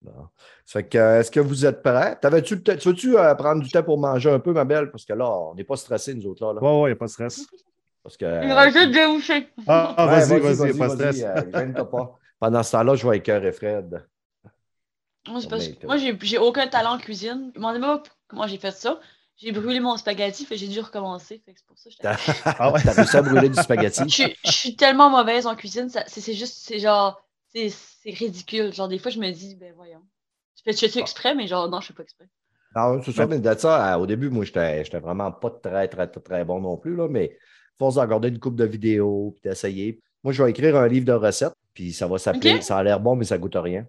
Bon. Ça fait que, est-ce que vous êtes prêts? Tu veux-tu prendre du temps pour manger un peu, ma belle? Parce que là, on n'est pas stressés, nous autres, là. Ouais, ouais, il n'y a pas de stress. Parce que, Il reste juste deux bouchées. ouais, Vas-y, il n'y a pas de vas-y, stress. gêne-toi pas. Pendant ce temps-là, je vais écœurer Fred. Moi, c'est Oh, parce mais, que moi, j'ai aucun talent en cuisine. Demandez-moi comment j'ai fait ça. J'ai brûlé mon spaghetti, fait que j'ai dû recommencer. Fait que c'est pour ça que Ah ouais? T'as réussi à brûler du spaghetti? je suis tellement mauvaise en cuisine, c'est juste, c'est genre, c'est ridicule. Genre, des fois, je me dis, ben voyons. Je fais exprès, mais genre, non, je fais pas exprès. Non, c'est ça, Mais- mais de ça, au début, moi, j'étais vraiment pas très, très, très, très bon non plus, là, mais force de regarder une couple de vidéos, puis d'essayer. Moi, je vais écrire un livre de recettes, puis ça va OK? s'appeler Ça a l'air bon, mais ça goûte rien.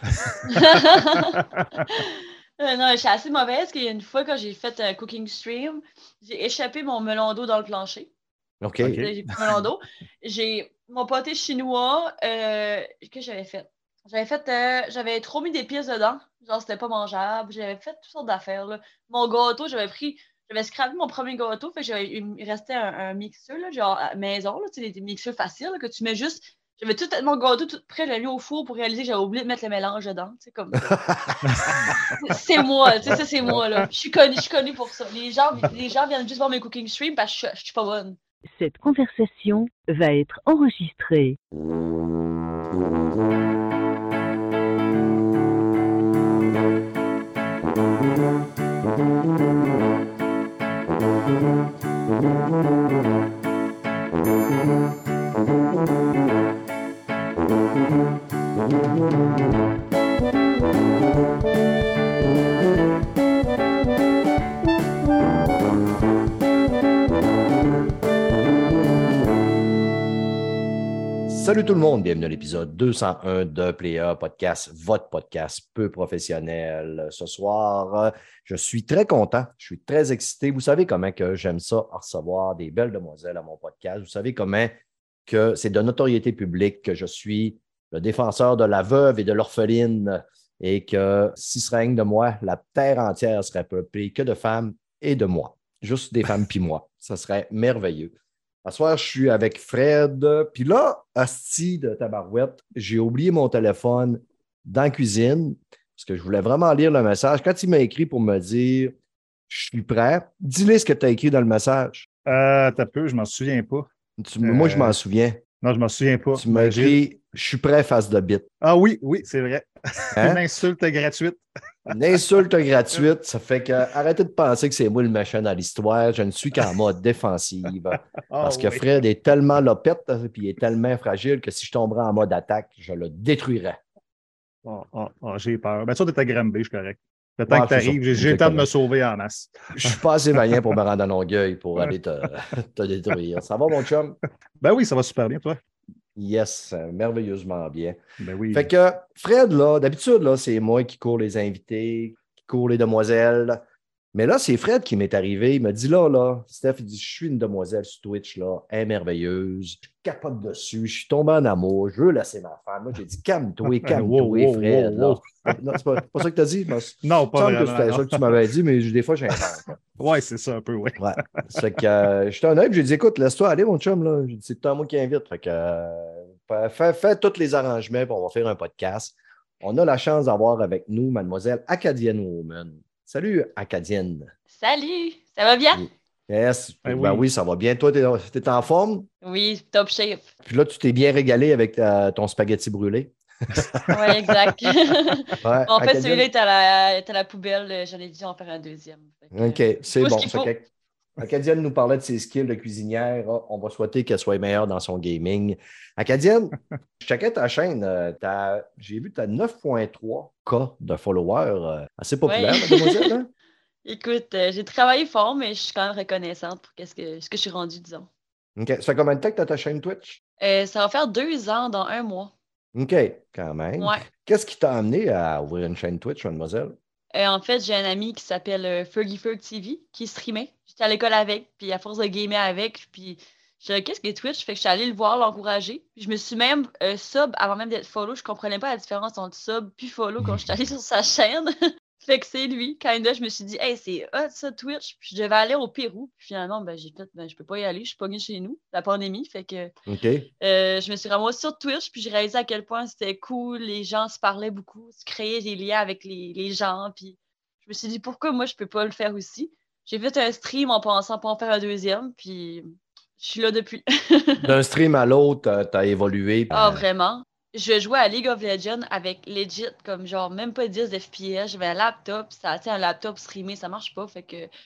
Non, je suis assez mauvaise qu'il y a une fois, quand j'ai fait un cooking stream, j'ai échappé mon melon d'eau dans le plancher. OK. OK. J'ai pris un melon d'eau. J'ai mon pâté chinois que j'avais fait. J'avais trop mis d'épices dedans. Genre, c'était pas mangeable. J'avais fait toutes sortes d'affaires, là. Mon gâteau, j'avais scrappé mon premier gâteau. Fait que il me restait un mixeur, là, genre à maison, là, tu sais, des mixeurs faciles, là, que tu mets juste. J'avais tout mon gâteau tout prêt, j'avais mis au four pour réaliser que j'avais oublié de mettre le mélange dedans. Tu sais, comme ça. C'est moi, tu sais, ça, c'est moi, là. Je suis connue pour ça. Les gens viennent juste voir mes cooking streams parce que je suis pas bonne. Cette conversation va être enregistrée. Salut tout le monde, bienvenue à l'épisode 201 de Player Podcast, votre podcast peu professionnel. Ce soir, je suis très content, je suis très excité. Vous savez comment que j'aime ça, recevoir des belles demoiselles à mon podcast. Vous savez comment que c'est de notoriété publique que je suis le défenseur de la veuve et de l'orpheline et que si ce règne de moi, la terre entière serait peuplée que de femmes et de moi. Juste des femmes puis moi. Ça serait merveilleux. Ce soir, je suis avec Fred. Puis là, asti de tabarouette, j'ai oublié mon téléphone dans la cuisine parce que je voulais vraiment lire le message. Quand il m'a écrit pour me dire « Je suis prêt », dis-lui ce que tu as écrit dans le message. T'as peu, je m'en souviens pas. Moi, je m'en souviens. Non, je m'en souviens pas. Tu m'as écrit « Je suis prêt, face de bite ». Ah oui, c'est vrai. Hein? Une insulte gratuite. Une insulte gratuite, ça fait que arrêtez de penser que c'est moi le machin dans l'histoire. Je ne suis qu'en mode défensive. Parce que Fred est tellement lopette et il est tellement fragile que si je tomberais en mode attaque, je le détruirais. J'ai peur. Ben, ça, t'es à Granby, je suis correct. Le temps que tu arrives, j'ai le temps de me sauver en masse. Je suis pas assez vaillant pour me rendre à Longueuil pour aller te détruire. Ça va, mon chum? Ben oui, ça va super bien, toi. Yes, merveilleusement bien. Ben oui. Fait que Fred, là, d'habitude, là, c'est moi qui cours les invités, qui cours les demoiselles. Mais là, c'est Fred qui m'est arrivé. Il m'a dit là, Steph, il dit, je suis une demoiselle sur Twitch, là, elle est merveilleuse. Je capote dessus, je suis tombé en amour, je veux laisser ma femme. Moi, j'ai dit, calme-toi, Fred. Là. Non, c'est pas ça que tu as dit? Non, pas vraiment. C'était ça que tu m'avais dit, mais des fois, j'invente. Ouais, c'est ça un peu, oui. Ouais. C'est que j'étais un œil, j'ai dit, écoute, laisse-toi aller, mon chum. Là. J'ai dit, c'est toi moi qui invite. Fait que fais tous les arrangements, puis on va faire un podcast. On a la chance d'avoir avec nous mademoiselle Acadienne Woman. Salut, Acadienne. Salut, ça va bien? Yes, Ben oui, ça va bien. Toi, t'es en forme? Oui, top shape. Puis là, tu t'es bien régalé avec ton spaghetti brûlé. Oui, exact. Ouais, En fait, Acadienne. celui-là est à la poubelle. J'en ai dit en faire un deuxième. OK, c'est tout ce bon. qu'il faut. Acadienne nous parlait de ses skills de cuisinière. On va souhaiter qu'elle soit meilleure dans son gaming. Acadienne, je checkais ta chaîne. J'ai vu que tu as 9,3 K de followers. Assez populaire, Ouais. mademoiselle. Hein? Écoute, j'ai travaillé fort, mais je suis quand même reconnaissante pour ce que je suis rendue, disons. OK. Ça fait combien de temps que tu as ta chaîne Twitch? Ça va faire 2 ans dans un mois. OK, quand même. Ouais. Qu'est-ce qui t'a amené à ouvrir une chaîne Twitch, mademoiselle? En fait, j'ai un ami qui s'appelle Fergie Ferg TV qui streamait. J'étais à l'école avec, puis à force de gamer avec, puis je disais, qu'est-ce que Twitch? Fait que je suis allée le voir, l'encourager. Puis je me suis même sub avant même d'être follow. Je comprenais pas la différence entre sub puis follow quand je suis allée sur sa chaîne. flexé, lui. Kinda, je me suis dit, hey, c'est hot ça, Twitch. Puis je devais aller au Pérou. Puis finalement, j'ai fait, je peux pas y aller. Je suis pognée chez nous, la pandémie. Fait que OK. je me suis ramassée sur Twitch. Puis j'ai réalisé à quel point c'était cool. Les gens se parlaient beaucoup, se créaient des liens avec les gens. Puis je me suis dit, pourquoi moi, je peux pas le faire aussi? J'ai fait un stream en pensant pas en faire un deuxième. Puis je suis là depuis. D'un stream à l'autre, t'as évolué. Ah, vraiment? Je jouais à League of Legends avec legit, comme genre même pas 10 FPS. J'avais un laptop, ça, tu sais, un laptop streamé, ça marche pas. Fait que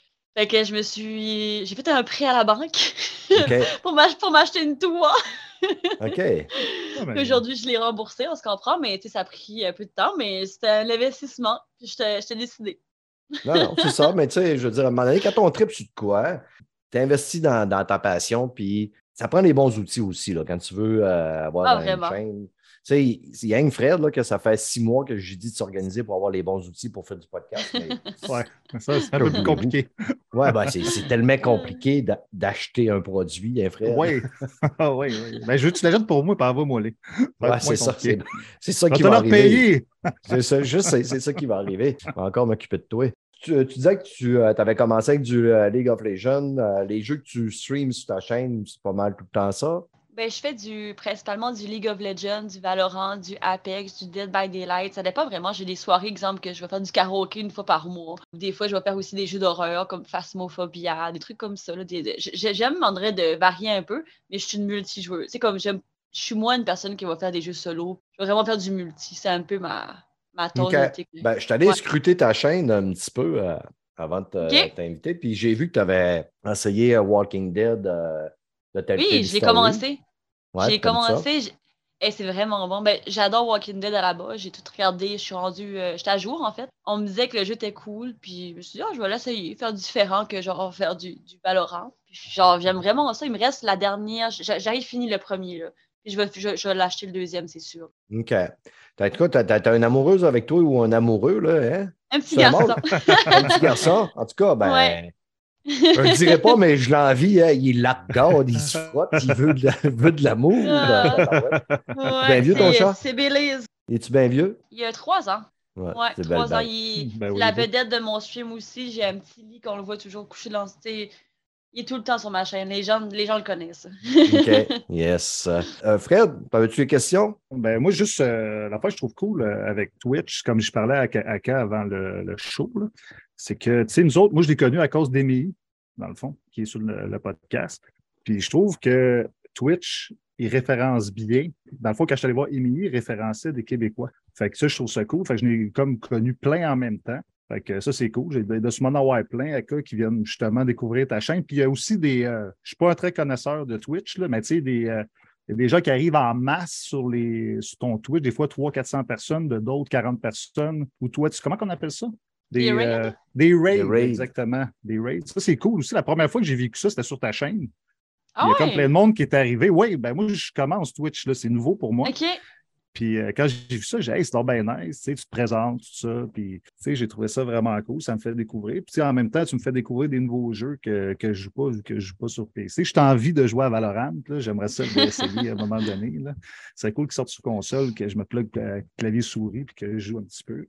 j'ai fait un prêt à la banque OK. pour m'acheter une tour. OK. Aujourd'hui, je l'ai remboursé, on se comprend, mais ça a pris un peu de temps, mais c'était un investissement. Puis j'étais décidée. Non, c'est ça, mais tu sais, je veux dire, à un moment donné, quand on tripe sur de quoi, tu investis dans ta passion, puis ça prend les bons outils aussi, là, quand tu veux avoir une chaîne. Tu sais, il y a un Fred, là, que ça fait 6 mois que j'ai dit de s'organiser pour avoir les bons outils pour faire du podcast. Ouais, ça, c'est un peu plus compliqué. Ouais, ben, c'est tellement compliqué d'acheter un produit, hein, Fred. Oui, oui. Ben, je veux que tu l'achètes pour moi, pas envoie-moi les. Ouais, c'est ça. C'est ça qui va arriver. C'est ça, c'est ça qui va arriver. Je vais encore m'occuper de toi. Tu disais que tu avais commencé avec du League of Legends. Les jeux que tu streams sur ta chaîne, c'est pas mal tout le temps ça? Ben, je fais principalement du League of Legends, du Valorant, du Apex, du Dead by Daylight. Ça dépend vraiment. J'ai des soirées, exemple, que je vais faire du karaoké une fois par mois. Des fois, je vais faire aussi des jeux d'horreur comme Phasmophobia, des trucs comme ça. Là. J'aime, en vrai, de varier un peu, mais je suis une multijoueuse. C'est comme, je suis moins une personne qui va faire des jeux solo. Je vais vraiment faire du multi. C'est un peu ma tasse de thé. Ben, je suis allé scruter ta chaîne un petit peu avant de t'inviter, puis j'ai vu que tu avais essayé Walking Dead de Telltale Oui, je l'ai commencé. Ouais, j'ai commencé. Et c'est vraiment bon. Ben, j'adore Walking Dead à la base. J'ai tout regardé. Je suis rendue. J'étais à jour, en fait. On me disait que le jeu était cool. Puis je me suis dit, je vais l'essayer. Faire différent que genre faire du Valorant. Puis genre, j'aime vraiment ça. Il me reste la dernière. J'arrive fini le premier, là. Puis je vais l'acheter le deuxième, c'est sûr. OK. T'as une amoureuse avec toi ou un amoureux, là, hein? Un petit garçon. Un petit garçon. En tout cas, ben. Ouais. Je ne dirais pas, mais je l'envie. Hein, il la regarde, il se frotte, il veut de l'amour. Ouais, bien vieux ton chat? C'est Belize. Es-tu bien vieux? Il a 3 ans. Ouais, 3 ans. C'est la vedette de mon stream aussi. J'ai un petit lit qu'on le voit toujours couché dans. Il est tout le temps sur ma chaîne. Les gens le connaissent. OK. Yes. Fred, avais-tu des questions? Ben, moi, juste la fois que je trouve cool avec Twitch, comme je parlais à Aka avant le show, là, c'est que, tu sais, nous autres, moi, je l'ai connu à cause d'Emily, dans le fond, qui est sur le podcast. Puis je trouve que Twitch, il référence bien. Dans le fond, quand je suis allé voir Emily, il référençait des Québécois. Fait que ça, je trouve ça cool. Fait que je n'ai comme connu plein en même temps. Fait que ça, c'est cool. J'ai de ce moment avoir plein Aka qui viennent justement découvrir ta chaîne. Puis il y a aussi des. Je ne suis pas un très connaisseur de Twitch, là, mais tu sais, il y a des gens qui arrivent en masse sur ton Twitch, des fois 300-400 personnes, d'autres 40 personnes. Ou toi, comment on appelle ça? Des raids, exactement. Des raids. Ça, c'est cool aussi. La première fois que j'ai vécu ça, c'était sur ta chaîne. Il y a comme plein de monde qui est arrivé. Oui, ben moi, je commence Twitch, là, c'est nouveau pour moi. OK. Puis quand j'ai vu ça, j'ai dit, hey, c'est donc bien nice, tu te présentes, tout ça. Puis j'ai trouvé ça vraiment cool, ça me fait découvrir. Puis en même temps, tu me fais découvrir des nouveaux jeux que je ne joue pas sur PC. J'ai envie de jouer à Valorant, là. J'aimerais ça essayer à un moment donné. C'est cool qu'ils sortent sur console, que je me plug clavier-souris puis que je joue un petit peu.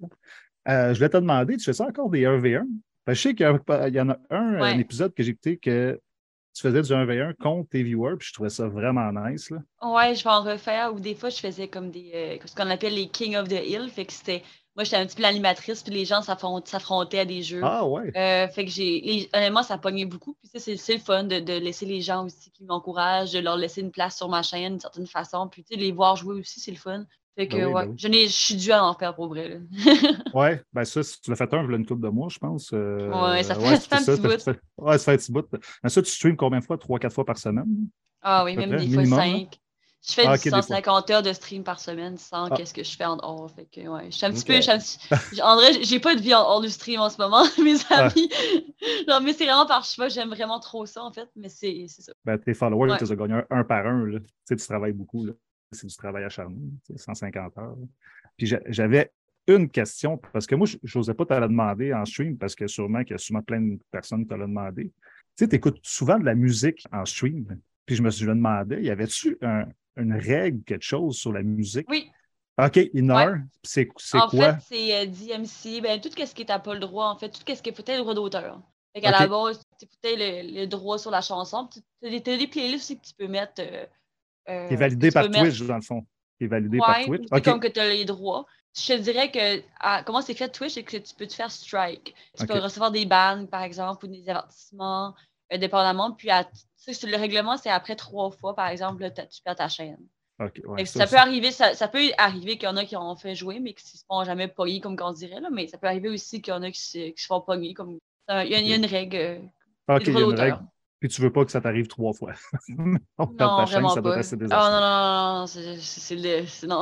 Je voulais te demander, tu fais ça encore des 1v1? Je sais qu'il y en a un épisode que j'ai écouté que tu faisais du 1v1 contre tes viewers, puis je trouvais ça vraiment nice. Là. Ouais, je vais en refaire. Ou des fois, je faisais comme ce qu'on appelle les King of the Hill. Fait que moi, j'étais un petit peu l'animatrice, puis les gens s'affrontaient à des jeux. Ah ouais. Fait que honnêtement, ça pognait beaucoup. Puis c'est le fun de laisser les gens aussi qui m'encouragent, de leur laisser une place sur ma chaîne d'une certaine façon. Puis les voir jouer aussi, c'est le fun. Fait que, oui. Je suis dû à en faire pour vrai. Oui, ben ça, tu l'as fait il y a une couple de mois, je pense. Oui, ça fait un petit bout. Oui, ça fait un petit bout. Mais ça, tu streams combien de fois? 3-4 fois par semaine? Ah oui, même des fois 5. Je fais du 150 heures de stream par semaine sans qu'est-ce que je fais en dehors. Fait que, ouais, je suis un petit peu. En vrai, j'ai pas de vie en hors du stream en ce moment, mes amis. Non, mais c'est vraiment par choix. J'aime vraiment trop ça, en fait. Mais c'est ça. Ben, tes followers, tu les as gagnés un par un. Là. Tu sais, tu travailles beaucoup. Là. C'est du travail acharné, 150 heures. Là. Puis j'avais une question, parce que moi, je n'osais pas te la demander en stream, parce que sûrement qu'il y a sûrement plein de personnes qui te l'ont demandé. Tu sais, tu écoutes souvent de la musique en stream. Puis je me demandais, y avait-tu une règle, quelque chose sur la musique? Oui. OK, Inner, c'est En quoi? fait, c'est DMC, ben, tout ce qui est à pas le droit, en fait, tout ce qui est peut-être le droit d'auteur. Fait qu'à la base, tu peut-être le droit sur la chanson. Tu as des playlists aussi que tu peux mettre. Qui est validé par Twitch, dans le fond. Qui est validé par Twitch. C'est comme que tu as les droits. Je te dirais que comment c'est fait Twitch, c'est que tu peux te faire strike. Tu peux recevoir des bans, par exemple, ou des avertissements, dépendamment. Puis le règlement, c'est après 3 fois, par exemple, là, tu perds ta chaîne. Ça peut arriver, ça peut arriver qu'il y en a qui en ont fait jouer, mais qui ne se font jamais pogner, comme on dirait. Là, mais ça peut arriver aussi qu'il y en a qui se font pogner. Il y a une règle. OK, il y a une règle. Puis tu veux pas que ça t'arrive 3 fois. On perd ta chaîne, ça doit être assez désastreuseur. Non, c'est non.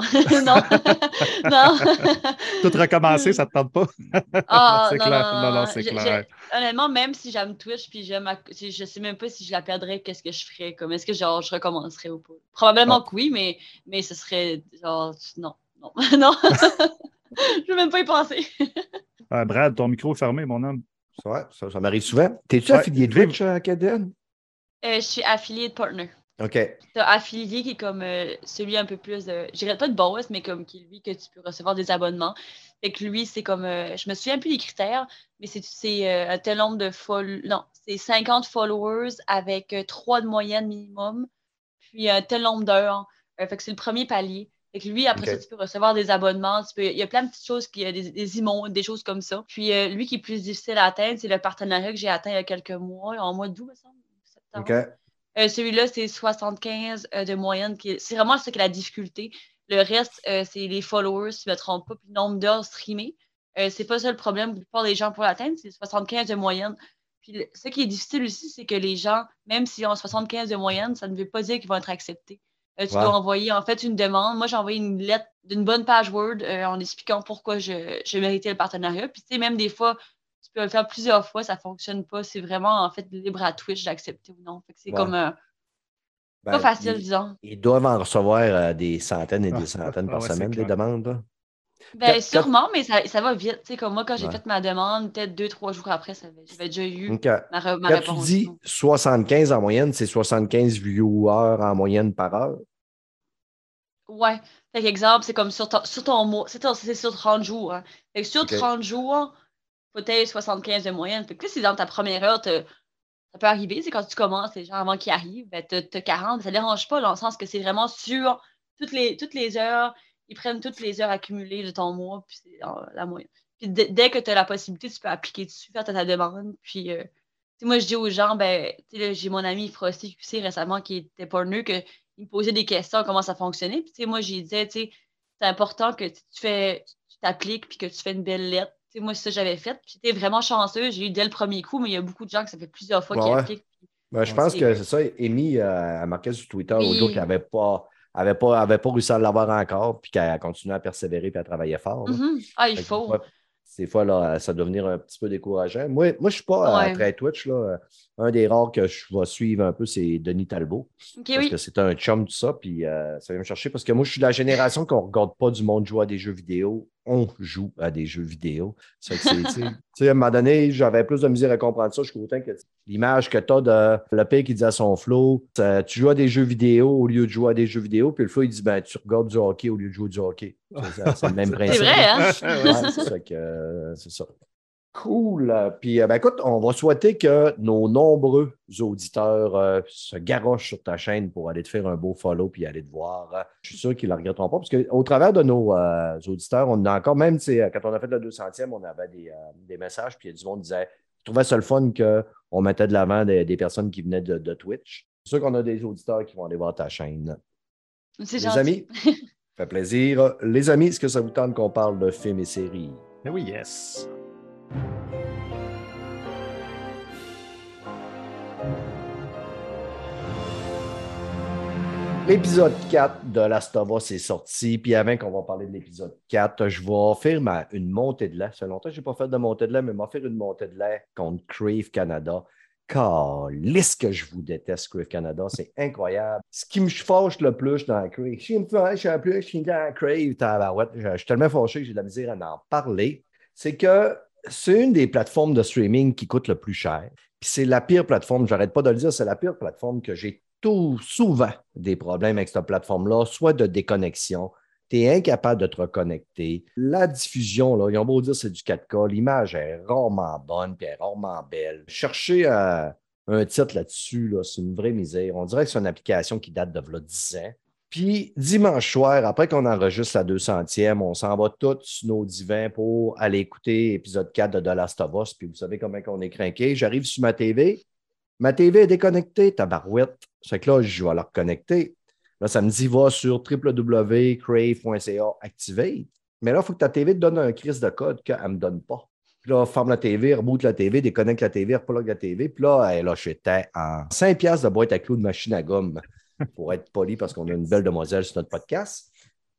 non. Tout recommencer, ça te tente pas? C'est clair. Non, c'est clair. Honnêtement, même si j'aime Twitch, puis je sais même pas si je la perdrais, qu'est-ce que je ferais? Comme est-ce que je recommencerais ou pas? Probablement que oui, mais ce serait genre non. non. Je veux même pas y penser. Brad, ton micro est fermé, mon homme. Ça m'arrive souvent. T'es-tu affilié de Twitch, Kaden? Je suis affilié de Partner. OK. T'as affilié qui est comme celui un peu plus, je dirais pas de boss, mais comme qui lui que tu peux recevoir des abonnements. Fait que lui, c'est comme, je me souviens plus des critères, mais c'est un tel nombre de c'est 50 followers avec 3 de moyenne minimum, puis un tel nombre d'heures. Fait que c'est le premier palier. Fait que lui, après ça, tu peux recevoir des abonnements. Il y a plein de petites choses, des emotes, des choses comme ça. Puis lui qui est plus difficile à atteindre, c'est le partenariat que j'ai atteint il y a quelques mois, en mois d'août, me semble, septembre. Celui-là, c'est 75 de moyenne. C'est vraiment ça qui est la difficulté. Le reste, c'est les followers, si je ne me trompe pas, puis le nombre d'heures streamées. C'est pas ça le problème. La plupart des gens pour l'atteindre, c'est 75 de moyenne. Puis ce qui est difficile aussi, c'est que les gens, même s'ils ont 75 de moyenne, ça ne veut pas dire qu'ils vont être acceptés. Tu dois envoyer en fait une demande. Moi, j'ai envoyé une lettre d'une bonne page Word en expliquant pourquoi je méritais le partenariat. Puis tu sais, même des fois, tu peux le faire plusieurs fois, ça ne fonctionne pas. C'est vraiment en fait libre à Twitch d'accepter ou non. Fait que c'est comme pas facile, disons. Ils doivent en recevoir des centaines et des centaines par semaine, des demandes. Là. Ben, sûrement, mais ça va vite. Tu sais, comme moi, quand j'ai fait ma demande, peut-être 2-3 jours après, j'avais déjà eu ma réponse. Quand tu dis 75 en moyenne, c'est 75 viewers en moyenne par heure? Ouais. Fait qu'exemple, c'est comme sur ton mois. C'est sur 30 jours. Hein. Fait que sur 30 jours, peut-être 75 de moyenne. Fait que si dans ta première heure, ça peut arriver, c'est quand tu commences, les gens avant qu'ils arrivent, ben, t'as 40, ça ne dérange pas dans le sens que c'est vraiment sur toutes les heures, ils prennent toutes les heures accumulées de ton mois, puis c'est la moyenne. Puis dès que tu as la possibilité, tu peux appliquer dessus, faire ta demande. Puis moi, je dis aux gens, ben, j'ai mon ami Frosty QC récemment qui était partner, qu'il me posait des questions comment ça fonctionnait. Puis moi, j'ai dit, c'est important que tu t'appliques puis que tu fais une belle lettre. T'sais, moi, c'est ça que j'avais fait. J'étais vraiment chanceux. J'ai eu dès le premier coup, mais il y a beaucoup de gens que ça fait plusieurs fois qui appliquent. Ben, je pense que c'est ça. Amy a marqué sur Twitter au jour qu'elle n'avait pas réussi à l'avoir encore, puis qu'elle continuait à persévérer et à travailler fort. Il faut. Des fois, là, ça doit devenir un petit peu décourageant. Moi je ne suis pas très Twitch. Là. Un des rares que je vais suivre un peu, c'est Denis Talbot. Parce que c'est un chum, tout ça. Puis ça vient me chercher. Parce que moi, je suis de la génération qu'on ne regarde pas du monde jouer à des jeux vidéo. On joue à des jeux vidéo. À un moment donné, j'avais plus de misère à comprendre ça. Je suis content que l'image que tu as de le père qui dit à son flow, tu joues à des jeux vidéo au lieu de jouer à des jeux vidéo. Puis le flow, il dit, ben, tu regardes du hockey au lieu de jouer du hockey. C'est le même principe. C'est vrai, hein? C'est ça. Cool. Puis, écoute, on va souhaiter que nos nombreux auditeurs se garochent sur ta chaîne pour aller te faire un beau follow puis aller te voir. Je suis sûr qu'ils ne le regretteront pas parce qu'au travers de nos auditeurs, on a encore, même quand on a fait le 200e, on avait des messages puis il y a du monde qui disait je trouvais ça le fun qu'on mettait de l'avant des personnes qui venaient de Twitch. C'est sûr qu'on a des auditeurs qui vont aller voir ta chaîne. C'est Les amis, ça fait plaisir. Les amis, est-ce que ça vous tente qu'on parle de films et séries? Oui, yes. L'épisode 4 de Last of Us est sorti, puis avant qu'on va parler de l'épisode 4, je vais faire une montée de lait. Ça fait longtemps que je n'ai pas fait de montée de lait, mais je vais faire une montée de lait contre Crave Canada. Calisse que je vous déteste, Crave Canada. C'est incroyable. Ce qui me fâche le plus dans Crave, je suis dans Crave, je suis tellement fâché que j'ai de la misère à en parler, c'est que c'est une des plateformes de streaming qui coûte le plus cher. Puis c'est la pire plateforme, j'arrête pas de le dire, c'est la pire plateforme que j'ai souvent des problèmes avec cette plateforme-là, soit de déconnexion, Tu es incapable de te reconnecter. La diffusion, là, ils ont beau dire que c'est du 4K, l'image est rarement bonne puis elle est rarement belle. Chercher un titre là-dessus, là, c'est une vraie misère. On dirait que c'est une application qui date de là, 10 ans. Puis dimanche soir, après qu'on enregistre la 200e, on s'en va tous sur nos divans pour aller écouter l'épisode 4 de The Last of Us. Puis vous savez comment on est craqué. J'arrive sur ma TV. Ma TV est déconnectée, tabarouette. C'est que là, je vais la reconnecter. Là, ça me dit, va sur www.crave.ca, activate. Mais là, il faut que ta TV te donne un crise de code qu'elle ne me donne pas. Puis là, ferme la TV, reboot la TV, déconnecte la TV, replug la TV. Puis là, j'étais en 5 piastres de boîte à clous de machine à gomme pour être poli parce qu'on a une belle demoiselle sur notre podcast.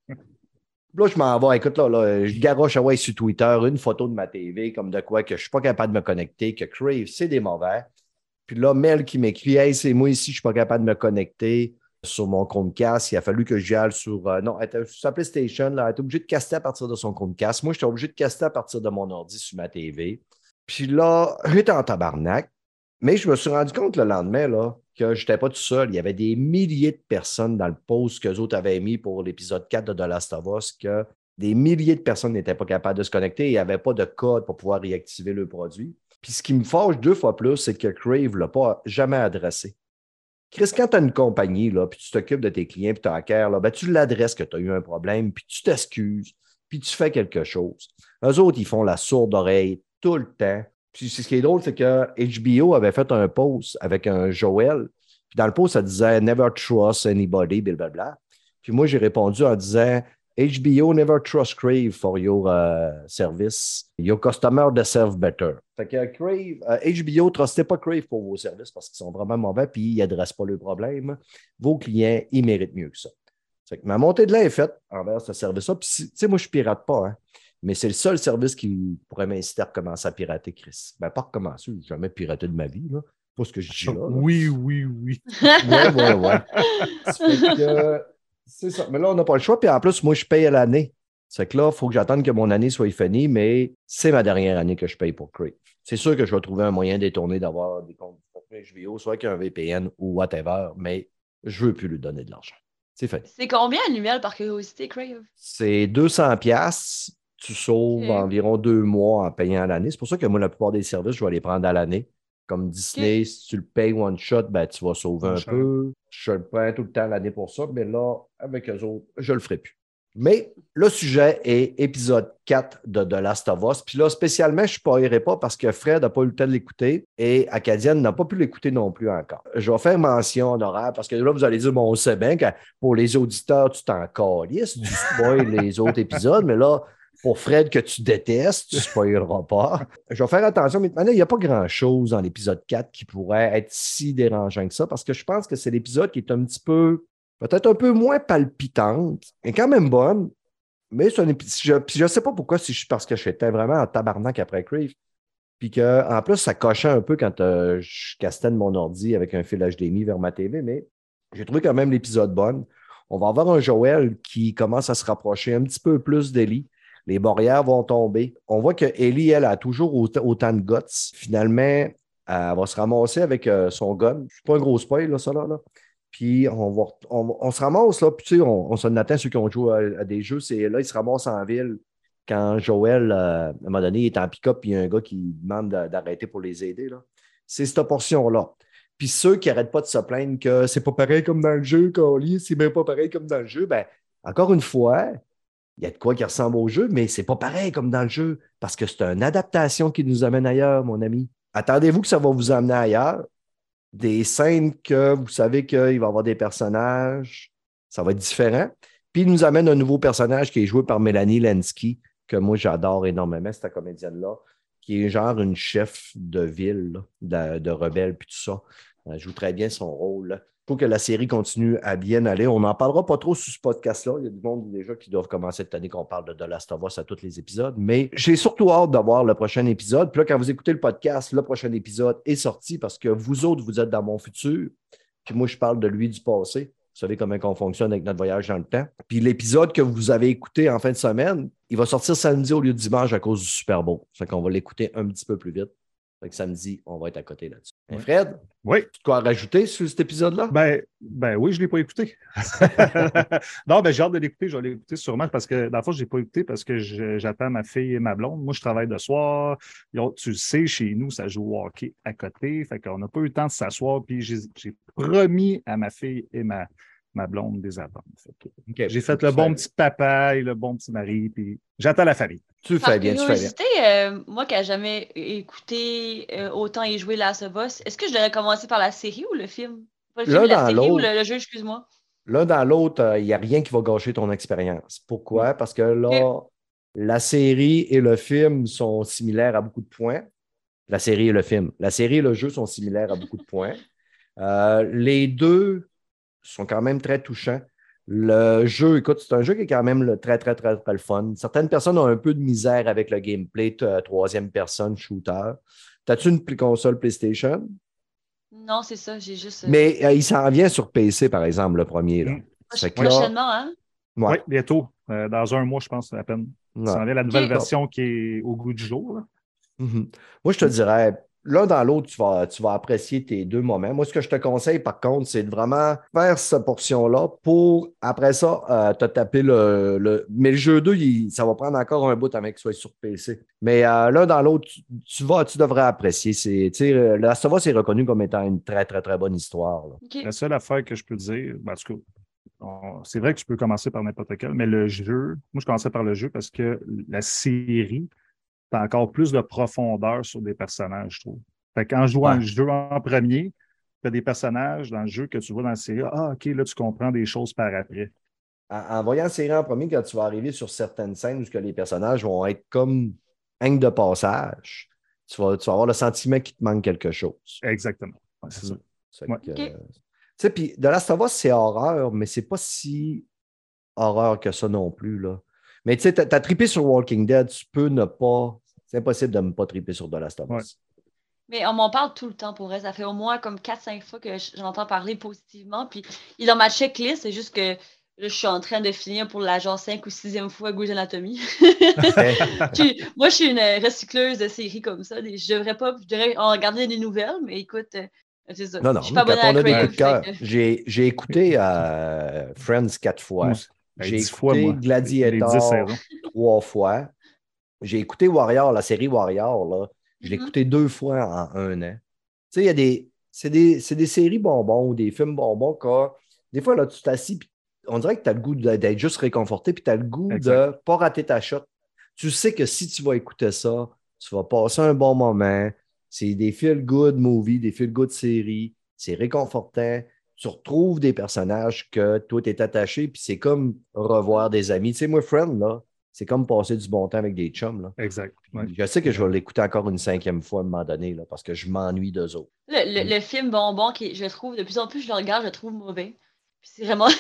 Là, je m'en vais. Écoute, là, je garoche sur Twitter une photo de ma TV comme de quoi que je ne suis pas capable de me connecter, que Crave, c'est des mauvais. Puis là, Mel qui m'écrit, hey, c'est moi ici, je ne suis pas capable de me connecter sur mon Chromecast. Il a fallu que j'y aille sur. Non, elle était sur sa PlayStation. Là, elle était obligée de caster à partir de son Chromecast. Moi, j'étais obligé de caster à partir de mon ordi sur ma TV. Puis là, j'étais en tabarnak. Mais je me suis rendu compte le lendemain là, que je n'étais pas tout seul. Il y avait des milliers de personnes dans le post qu'eux autres avaient mis pour l'épisode 4 de The Last of Us, que des milliers de personnes n'étaient pas capables de se connecter et il n'y avait pas de code pour pouvoir réactiver le produit. Puis ce qui me fâche 2 fois plus, c'est que Crave ne l'a pas jamais adressé. Chris, quand tu as une compagnie, là, puis tu t'occupes de tes clients, puis tu as care, là, ben, tu l'adresses que tu as eu un problème, puis tu t'excuses, puis tu fais quelque chose. Eux autres, ils font la sourde oreille tout le temps. Puis ce qui est drôle, c'est que HBO avait fait un post avec un Joël. Puis dans le post, ça disait « Never trust anybody », blablabla. Puis moi, j'ai répondu en disant « HBO never trust Crave for your service. Your customer deserve better. » Fait que Crave, HBO, trustez pas Crave pour vos services parce qu'ils sont vraiment mauvais puis ils n'adressent pas le problème. Vos clients, ils méritent mieux que ça. Fait que ma montée de lait est faite envers ce service-là. Puis, tu sais, moi, je ne pirate pas, hein. Mais c'est le seul service qui pourrait m'inciter à recommencer à pirater, Chris. Ben, pas recommencer, je n'ai jamais piraté de ma vie, là. Pas ce que je dis là. Oui. Ouais. C'est ça. Mais là, on n'a pas le choix. Puis en plus, moi, je paye à l'année. C'est que là, il faut que j'attende que mon année soit finie, mais c'est ma dernière année que je paye pour Crave. C'est sûr que je vais trouver un moyen détourné d'avoir des comptes HBO, soit avec un VPN ou whatever, mais je ne veux plus lui donner de l'argent. C'est fait. C'est combien annuel par curiosité, Crave? C'est 200$. Tu sauves environ 2 mois en payant à l'année. C'est pour ça que moi, la plupart des services, je vais les prendre à l'année. Comme Disney, si tu le payes one shot, ben, tu vas sauver un peu. Je le prends tout le temps à l'année pour ça, mais là, avec eux autres, je ne le ferai plus. Mais le sujet est épisode 4 de The Last of Us. Puis là, spécialement, je ne parlerai pas parce que Fred n'a pas eu le temps de l'écouter et Acadienne n'a pas pu l'écouter non plus encore. Je vais faire mention d'horaire parce que là, vous allez dire, bon, on sait bien que pour les auditeurs, tu t'en calisses, tu spoil les autres épisodes, mais là, pour Fred que tu détestes, tu ne spoileras pas. Je vais faire attention, mais maintenant, il n'y a pas grand-chose dans l'épisode 4 qui pourrait être si dérangeant que ça, parce que je pense que c'est l'épisode qui est un petit peu, peut-être un peu moins palpitante, mais quand même bonne. Mais c'est un épisode. Puis je ne sais pas pourquoi, si parce que j'étais vraiment en tabarnak après Crave. Puis qu'en plus, ça cochait un peu quand je castais de mon ordi avec un fil HDMI vers ma TV, mais j'ai trouvé quand même l'épisode bonne. On va avoir un Joël qui commence à se rapprocher un petit peu plus d'Ellie. Les barrières vont tomber. On voit que Ellie, elle, a toujours autant de guts. Finalement, elle va se ramasser avec son gun. C'est pas un gros spoil, là, ça, là. Puis, on se ramasse, là. Puis, tu sais, on s'en attend ceux qui ont joué à des jeux. C'est là, ils se ramassent en ville. Quand Joël, à un moment donné, il est en pick-up, puis il y a un gars qui demande d'arrêter pour les aider, là. C'est cette portion-là. Puis, ceux qui n'arrêtent pas de se plaindre que c'est pas pareil comme dans le jeu, c'est même pas pareil comme dans le jeu, ben encore une fois, il y a de quoi qui ressemble au jeu, mais c'est pas pareil comme dans le jeu, parce que c'est une adaptation qui nous amène ailleurs, mon ami. Attendez-vous que ça va vous amener ailleurs. Des scènes que vous savez qu'il va y avoir des personnages, ça va être différent. Puis il nous amène un nouveau personnage qui est joué par Mélanie Lansky, que moi j'adore énormément, cette comédienne-là, qui est genre une chef de ville, là, de rebelle, puis tout ça. Elle joue très bien son rôle, là. Il faut que la série continue à bien aller. On n'en parlera pas trop sur ce podcast-là. Il y a du monde déjà qui doivent commencer cette année qu'on parle de The Last of Us à tous les épisodes. Mais j'ai surtout hâte d'avoir le prochain épisode. Puis là, quand vous écoutez le podcast, le prochain épisode est sorti parce que vous autres, vous êtes dans mon futur. Puis moi, je parle de lui du passé. Vous savez comment on fonctionne avec notre voyage dans le temps. Puis l'épisode que vous avez écouté en fin de semaine, il va sortir samedi au lieu de dimanche à cause du Super Bowl. Fait qu'on va l'écouter un petit peu plus vite. Fait que samedi, on va être à côté là-dessus. Ouais. Fred, Oui. tu as quoi à rajouter sur cet épisode-là? Ben oui, je ne l'ai pas écouté. Non, j'ai hâte de l'écouter. Je vais l'écouter sûrement parce que, dans le fond, je ne l'ai pas écouté parce que j'attends ma fille et ma blonde. Moi, je travaille de soir. Tu le sais, chez nous, ça joue au hockey à côté. Fait qu'on n'a pas eu le temps de s'asseoir. Puis j'ai promis à ma fille et ma blonde des attentes. Okay. J'ai fait le bon petit papa et le bon petit mari. Puis j'attends la famille. Tu fais bien, tu fais bien. Moi qui n'ai jamais écouté autant et joué Last of Us, est-ce que je devrais commencer par la série ou le film? Pas le film, la série ou le jeu, excuse-moi. L'un dans l'autre, il n'y a rien qui va gâcher ton expérience. Pourquoi? Parce que là, la série et le film sont similaires à beaucoup de points. La série et le film. La série et le jeu sont similaires à beaucoup de points. Les deux sont quand même très touchants. Le jeu, écoute, c'est un jeu qui est quand même très, très, très, très le fun. Certaines personnes ont un peu de misère avec le gameplay troisième personne shooter. T'as-tu une console PlayStation? Non, c'est ça, j'ai juste... Mais il s'en vient sur PC, par exemple, le premier. Là. Prochainement, hein? Oui, bientôt. Dans un mois, je pense, à peine. Il s'en vient la nouvelle version qui est au goût du jour. Là. Mm-hmm. Moi, je te dirais, l'un dans l'autre, tu vas apprécier tes deux moments. Moi, ce que je te conseille, par contre, c'est de vraiment faire cette portion-là pour, après ça, te taper Mais le jeu 2, ça va prendre encore un bout avant qu'il soit sur PC. Mais l'un dans l'autre, tu devrais apprécier. Last of Us est reconnu comme étant une très, très, très bonne histoire. Okay. La seule affaire que je peux dire, en tout cas, c'est vrai que tu peux commencer par n'importe quel, mais le jeu, moi, je commençais par le jeu parce que la série, tu as encore plus de profondeur sur des personnages, je trouve. Fait qu'en jouant le jeu en premier, tu as des personnages dans le jeu que tu vois dans la série. Ah, OK, là, tu comprends des choses par après. En voyant la série en premier, quand tu vas arriver sur certaines scènes où que les personnages vont être comme angle de passage, tu vas avoir le sentiment qu'il te manque quelque chose. Exactement. Ouais, c'est ça. Puis The Last of Us, c'est horreur, mais c'est pas si horreur que ça non plus, là. Mais tu sais, t'as trippé sur Walking Dead, tu peux ne pas... C'est impossible de ne pas tripper sur The Last of Us. Ouais. Mais on m'en parle tout le temps pour elle. Ça fait au moins comme 4-5 fois que j'entends parler positivement. Puis il est dans ma checklist, c'est juste que là, je suis en train de finir pour la genre 5 ou 6e fois Grey's Anatomy. Moi, je suis une recycleuse de séries comme ça. Je devrais en regarder des nouvelles, mais écoute... c'est ça. Non, je suis pas bonne on a des coups de cœur. J'ai écouté Friends 4 fois. J'ai écouté Gladiator 3 fois. J'ai écouté Warrior, la série Warrior. Là. Je l'ai écouté 2 fois en 1 an. Tu sais, c'est des séries bonbons ou des films bonbons que des fois, là, tu t'assis et on dirait que tu as le goût d'être juste réconforté puis tu as le goût de ne pas rater ta shot. Tu sais que si tu vas écouter ça, tu vas passer un bon moment. C'est des feel-good movies, des feel-good séries. C'est réconfortant. Tu retrouves des personnages que toi, tu es attaché, puis c'est comme revoir des amis. Tu sais, moi, Friend, là, c'est comme passer du bon temps avec des chums. Là. Exact. Ouais. Je sais que je vais l'écouter encore une 5e fois à un moment donné, là, parce que je m'ennuie d'eux autres. Le film bonbon, je trouve, de plus en plus, je le regarde, je le trouve mauvais. Puis c'est vraiment...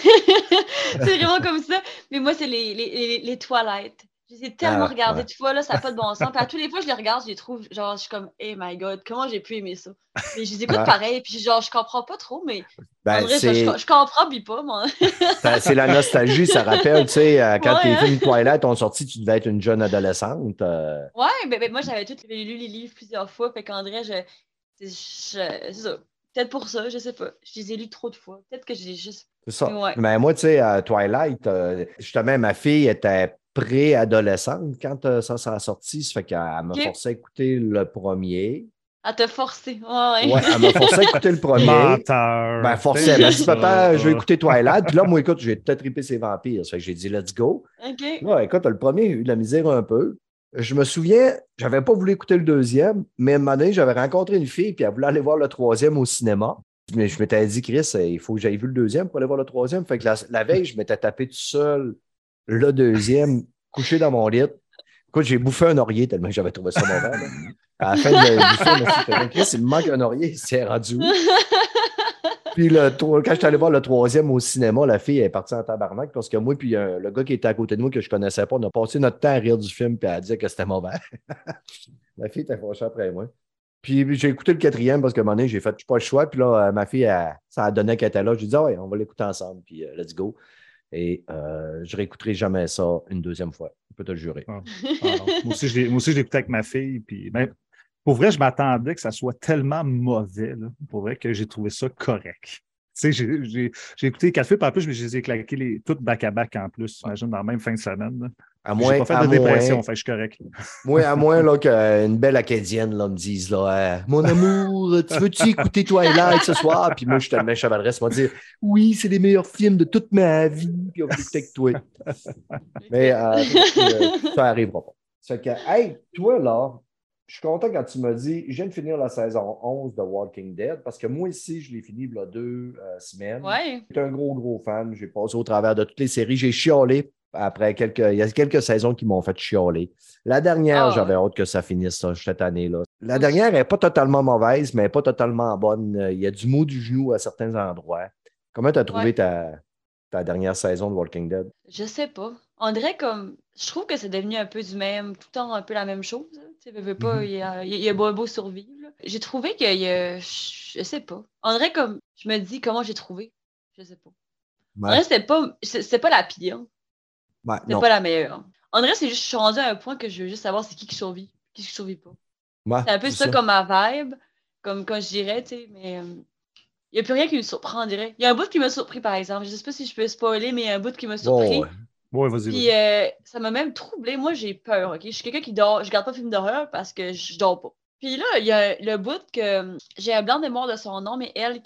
c'est vraiment comme ça. Mais moi, c'est les Twilight. Je les ai tellement regardés de fois, là, ça n'a pas de bon sens. Puis à tous les fois, je les regarde, je les trouve, genre, je suis comme, hey my God, comment j'ai pu aimer ça? Mais je les écoute pareil, puis genre, je comprends pas trop, mais en vrai, je comprends, puis pas, moi. C'est la nostalgie, ça rappelle, tu sais, quand tes films Twilight ont sorti, tu devais être une jeune adolescente. Ouais, mais moi, j'avais lu les livres plusieurs fois, fait qu'André, c'est ça. Peut-être pour ça, je sais pas. Je les ai lus trop de fois. Peut-être que j'ai juste... C'est ça. Mais moi, tu sais, Twilight, justement, ma fille était préadolescente quand ça a sorti. Ça fait qu'elle m'a forcé à écouter le premier. Elle t'a forcé. Ouais, elle m'a forcé à écouter le premier. Menteur. Ben, forcé. Elle m'a dit, papa, je vais écouter Twilight. Puis là, moi, écoute, j'ai peut-être trippé ses vampires. Ça fait que j'ai dit, let's go. OK. Ouais, écoute, le premier, il a eu de la misère un peu. Je me souviens, j'avais pas voulu écouter le deuxième, mais à un moment donné, j'avais rencontré une fille, puis elle voulait aller voir le troisième au cinéma. Mais je m'étais dit, Chris, il faut que j'aille vu le deuxième pour aller voir le troisième. Fait que la veille, je m'étais tapé tout seul le deuxième, couché dans mon lit. Écoute, j'ai bouffé un oreiller tellement que j'avais trouvé ça mauvais. Là. À la fin du film, Chris, il me manque un oreiller, il s'est rendu où? Puis quand je suis allé voir le troisième au cinéma, la fille est partie en tabarnak parce que moi puis le gars qui était à côté de moi que je ne connaissais pas, on a passé notre temps à rire du film et à dire que c'était mauvais. La fille était fâchée après moi. Puis j'ai écouté le quatrième parce qu'à un moment donné, j'ai fait pas le choix. Puis là, ma fille, ça a donné qu'elle était là. Je lui ai dit, ouais, on va l'écouter ensemble. Puis let's go. Et je ne réécouterai jamais ça une deuxième fois. Je peux te le jurer. Moi aussi, je l'ai écouté avec ma fille. Puis, moi, Pour vrai, je m'attendais que ça soit tellement mauvais, là, pour vrai, que j'ai trouvé ça correct. Tu sais, j'ai écouté 4 films, en plus, mais je les ai claqués toutes back-à-back en plus, j'imagine, dans la même fin de semaine. Là. À Puis j'ai moins, pas fait à de dépression, moins, fait que je suis correct. à moins là, qu'une belle Acadienne là, me dise là, Mon amour, tu veux-tu écouter Twilight ce soir? Puis moi, je suis tellement chevaleresque, moi dire oui, c'est les meilleurs films de toute ma vie, puis on va écouter avec toi. Mais ça arrivera pas. C'est que, hey, toi là, je suis content quand tu m'as dit, je viens de finir la saison 11 de Walking Dead, parce que moi ici, je l'ai fini il y a 2 semaines. Ouais. J'étais un gros fan. J'ai passé au travers de toutes les séries. J'ai chiolé après il y a quelques saisons qui m'ont fait chialer. La dernière, j'avais hâte que ça finisse cette année-là. La dernière n'est pas totalement mauvaise, mais pas totalement bonne. Il y a du mot du genou à certains endroits. Comment tu as trouvé ta dernière saison de Walking Dead? Je sais pas. On dirait comme. Je trouve que c'est devenu un peu du même, tout le temps un peu la même chose. Tu sais, veux pas, il y a beau survivre. Là. J'ai trouvé qu'il y a. Je sais pas. On dirait comme. Je me dis comment j'ai trouvé. Je sais pas. On dirait que c'était pas la pire. C'était pas la meilleure. On dirait que c'est juste, je suis rendue à un point que je veux juste savoir c'est qui survit. Qui survit pas. C'est un peu ça comme ma vibe. Comme quand je dirais, tu sais, mais. Il n'y a plus rien qui me surprend, on dirait. Il y a un bout qui m'a surpris, par exemple. Je ne sais pas si je peux spoiler, mais il y a un bout qui m'a surpris. Ouais, vas-y. Puis ça m'a même troublé. Moi, j'ai peur, OK? Je suis quelqu'un qui dort. Je regarde pas de films d'horreur parce que je dors pas. Puis là, il y a le bout que... J'ai un blanc de mémoire de son nom, mais elle,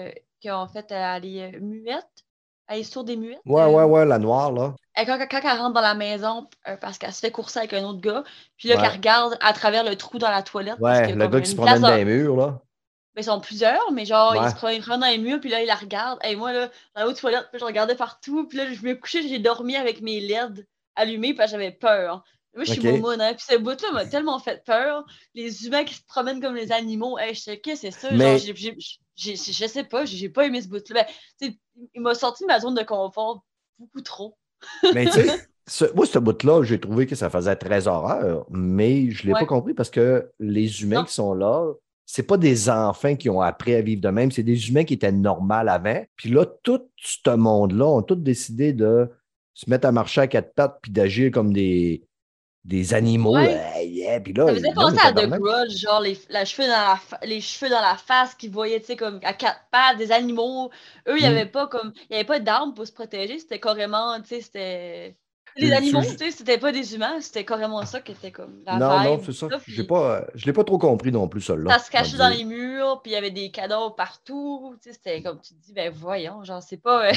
en fait, elle est muette. Elle est sourde et muette. Ouais, la noire, là. Quand elle rentre dans la maison, parce qu'elle se fait courser avec un autre gars, puis là, qu'elle regarde à travers le trou dans la toilette. Ouais, le gars qui se promène dans les murs, là. Ben, ils sont plusieurs, mais genre, ils se prennent dans les murs, puis là, ils la regardent. Et moi, là, dans la haute toilette, je regardais partout, puis là, je me couchais, j'ai dormi avec mes LED allumés, parce que j'avais peur. Moi, je suis momoune, hein. Puis ce bout-là m'a tellement fait peur. Les humains qui se promènent comme les animaux. Je sais que c'est ça. Mais... Genre, je sais pas, j'ai pas aimé ce bout-là. Ben, il m'a sorti de ma zone de confort beaucoup trop. Mais tu sais, moi, ce bout-là, j'ai trouvé que ça faisait très horreur, mais je ne l'ai pas compris parce que les humains qui sont là, c'est pas des enfants qui ont appris à vivre de même, c'est des humains qui étaient normaux avant. Puis là, tout ce monde-là ont tous décidé de se mettre à marcher à 4 pattes puis d'agir comme des animaux. Puis là, ça faisait penser à The Grudge, genre les cheveux dans la face qu'ils voyaient, tu sais, comme à 4 pattes, des animaux. Eux, il n'y avait pas d'armes pour se protéger, c'était carrément, tu sais, c'était... Les animaux, tu sais, c'était pas des humains, c'était carrément ça qui était comme la vibe. Non, c'est ça. Je l'ai pas trop compris non plus, ça. Ça se cachait dans les murs, puis il y avait des cadavres partout. Tu sais, c'était comme tu te dis, ben voyons, genre, c'est pas.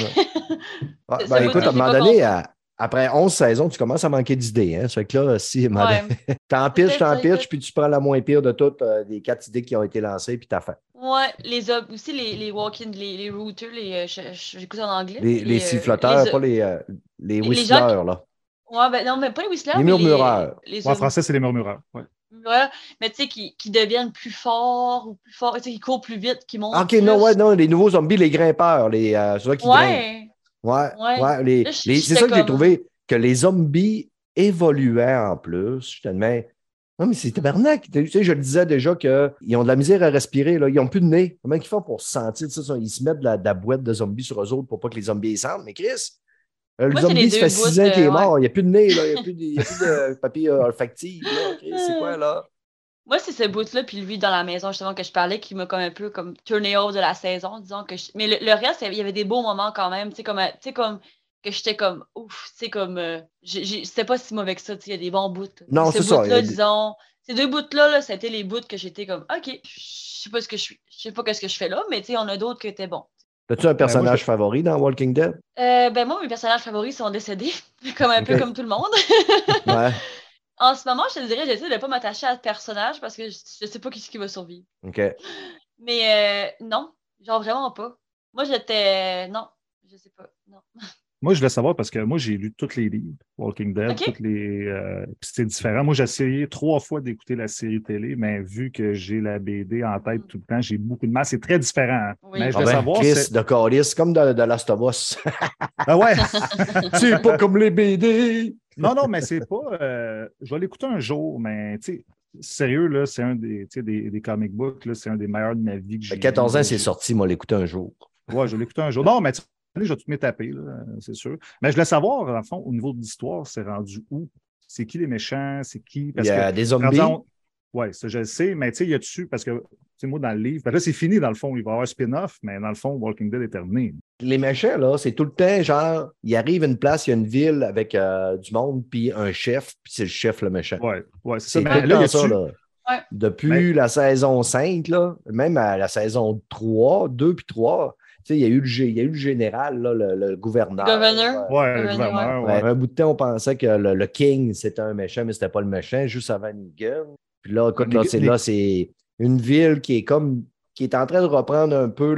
Écoute, à un moment donné, après 11 saisons, tu commences à manquer d'idées. Hein? Ça fait que là, si t'empiches, puis tu prends la moins pire de toutes les 4 idées qui ont été lancées, puis t'as fait. Ouais, aussi les walk-in, les routers, j'écoute en anglais. Les siffloteurs, pas les whistlers, là. Ouais, ben non, mais pas les whistlers. Les murmureurs. En français, c'est les murmureurs. Ouais. Mais tu sais, qui deviennent plus forts, tu sais, qui courent plus vite, qui montent. OK, plus. Non, les nouveaux zombies, les grimpeurs, ceux qui grimpent. Ouais. C'est ça que j'ai trouvé, que les zombies évoluaient en plus. Je te demande, non, mais c'est tabarnak. Tu sais, je le disais déjà qu'ils ont de la misère à respirer. Là. Ils n'ont plus de nez. Comment ils font pour se sentir ça? Ils se mettent de la boîte de zombies sur eux autres pour pas que les zombies les sentent. Mais Chris, le zombie, ça fait 6 ans qu'il est mort. Il n'y a plus de nez. Là. Il n'y a plus de papier olfactif. Là. Chris, c'est quoi, là? Moi, c'est ce bout-là, puis lui, dans la maison, justement, que je parlais, qui m'a comme un peu comme turné off de la saison, disons que mais le reste, il y avait des beaux moments quand même, tu sais, comme que j'étais comme, ouf, tu sais, comme, c'était pas si mauvais que ça, tu sais, il y a des bons bouts. Non, c'est ça. Disons, ces 2 bouts-là, ça a été les bouts que j'étais comme, OK, je sais pas qu'est-ce que je fais là, mais tu sais, on a d'autres qui étaient bons. As-tu un personnage favori dans Walking Dead? Moi, mes personnages favoris sont décédés, comme un peu comme tout le monde. Ouais. En ce moment, je te dirais, j'essaie de ne pas m'attacher à ce personnage parce que je sais pas qui va survivre. OK. Mais non, genre vraiment pas. Moi, j'étais... Non, je sais pas, non. Moi, je voulais savoir parce que moi, j'ai lu tous les livres, Walking Dead, toutes les. C'était différent. Moi, j'ai essayé 3 fois d'écouter la série télé, mais vu que j'ai la BD en tête tout le temps, j'ai beaucoup de mal. C'est très différent. Oui. Mais je voulais savoir. Chris de Calis, comme de Last of Us. Ah ouais! C'est pas comme les BD! Non, mais c'est pas. Je vais l'écouter un jour, mais tu sais. Sérieux, là, c'est un des comic books, là, c'est un des meilleurs de ma vie que j'ai. 14 ans, c'est sorti, moi, l'écouter un jour. Ouais, je vais l'écouter un jour. Non, mais je vais tout m'étaper, c'est sûr. Mais je voulais savoir, dans le fond, au niveau de l'histoire, c'est rendu où? C'est qui les méchants? C'est qui? Parce il y a des zombies. Oui, ça, je le sais, mais tu sais, y a-tu, parce que, tu sais, moi, dans le livre, là, c'est fini, dans le fond, il va y avoir un spin-off, mais dans le fond, Walking Dead est terminé. Les méchants, là, c'est tout le temps genre, il arrive une place, il y a une ville avec du monde, puis un chef, puis c'est le chef le méchant. Oui, ouais, c'est ça. C'est Mais tout le là, temps y a-tu, ça, là. Ouais. Depuis la saison 5, là, même à la saison 3, 2 puis 3, tu sais, il y a eu le général, là, le gouverneur. Gouverneur. ouais, le gouverneur, Ouais, ouais. un bout de temps, on pensait que le King, c'était un méchant, mais c'était pas le méchant, juste avant Negan. Puis là, écoute, c'est une ville qui est en train de reprendre un peu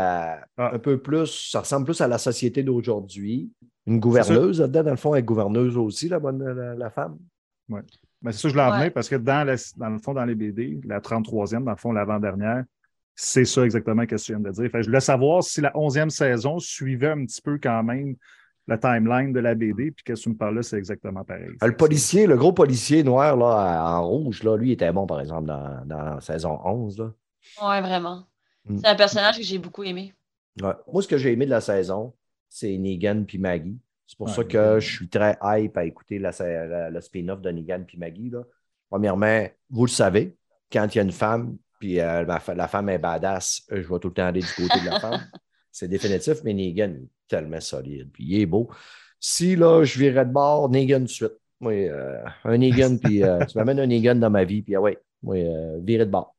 un peu plus, ça ressemble plus à la société d'aujourd'hui. Une gouverneuse, là-dedans, dans le fond, elle est gouverneuse aussi, la femme. Oui. Ben, c'est ça que je voulais en venir parce que dans le fond, dans les BD, la 33e, dans le fond, l'avant-dernière, c'est ça exactement ce que tu viens de dire. Fait que je voulais savoir si la 11e saison suivait un petit peu quand même la timeline de la BD, puis qu'est-ce que tu me parles là, c'est exactement pareil. Le gros policier noir là, en rouge, là, lui, il était bon, par exemple, dans la saison 11. Là. Ouais, vraiment. C'est un personnage que j'ai beaucoup aimé. Ouais. Moi, ce que j'ai aimé de la saison, c'est Negan puis Maggie. C'est pour ça que je suis très hype à écouter le spin-off de Negan puis Maggie. Là. Premièrement, vous le savez, quand il y a une femme, puis la femme est badass, je vais tout le temps aller du côté de la femme. C'est définitif, mais Negan est tellement solide, puis il est beau. Si là, je virais de bord, Negan de suite. Moi, un Negan, puis tu m'amènes un Negan dans ma vie, puis moi, virer de bord.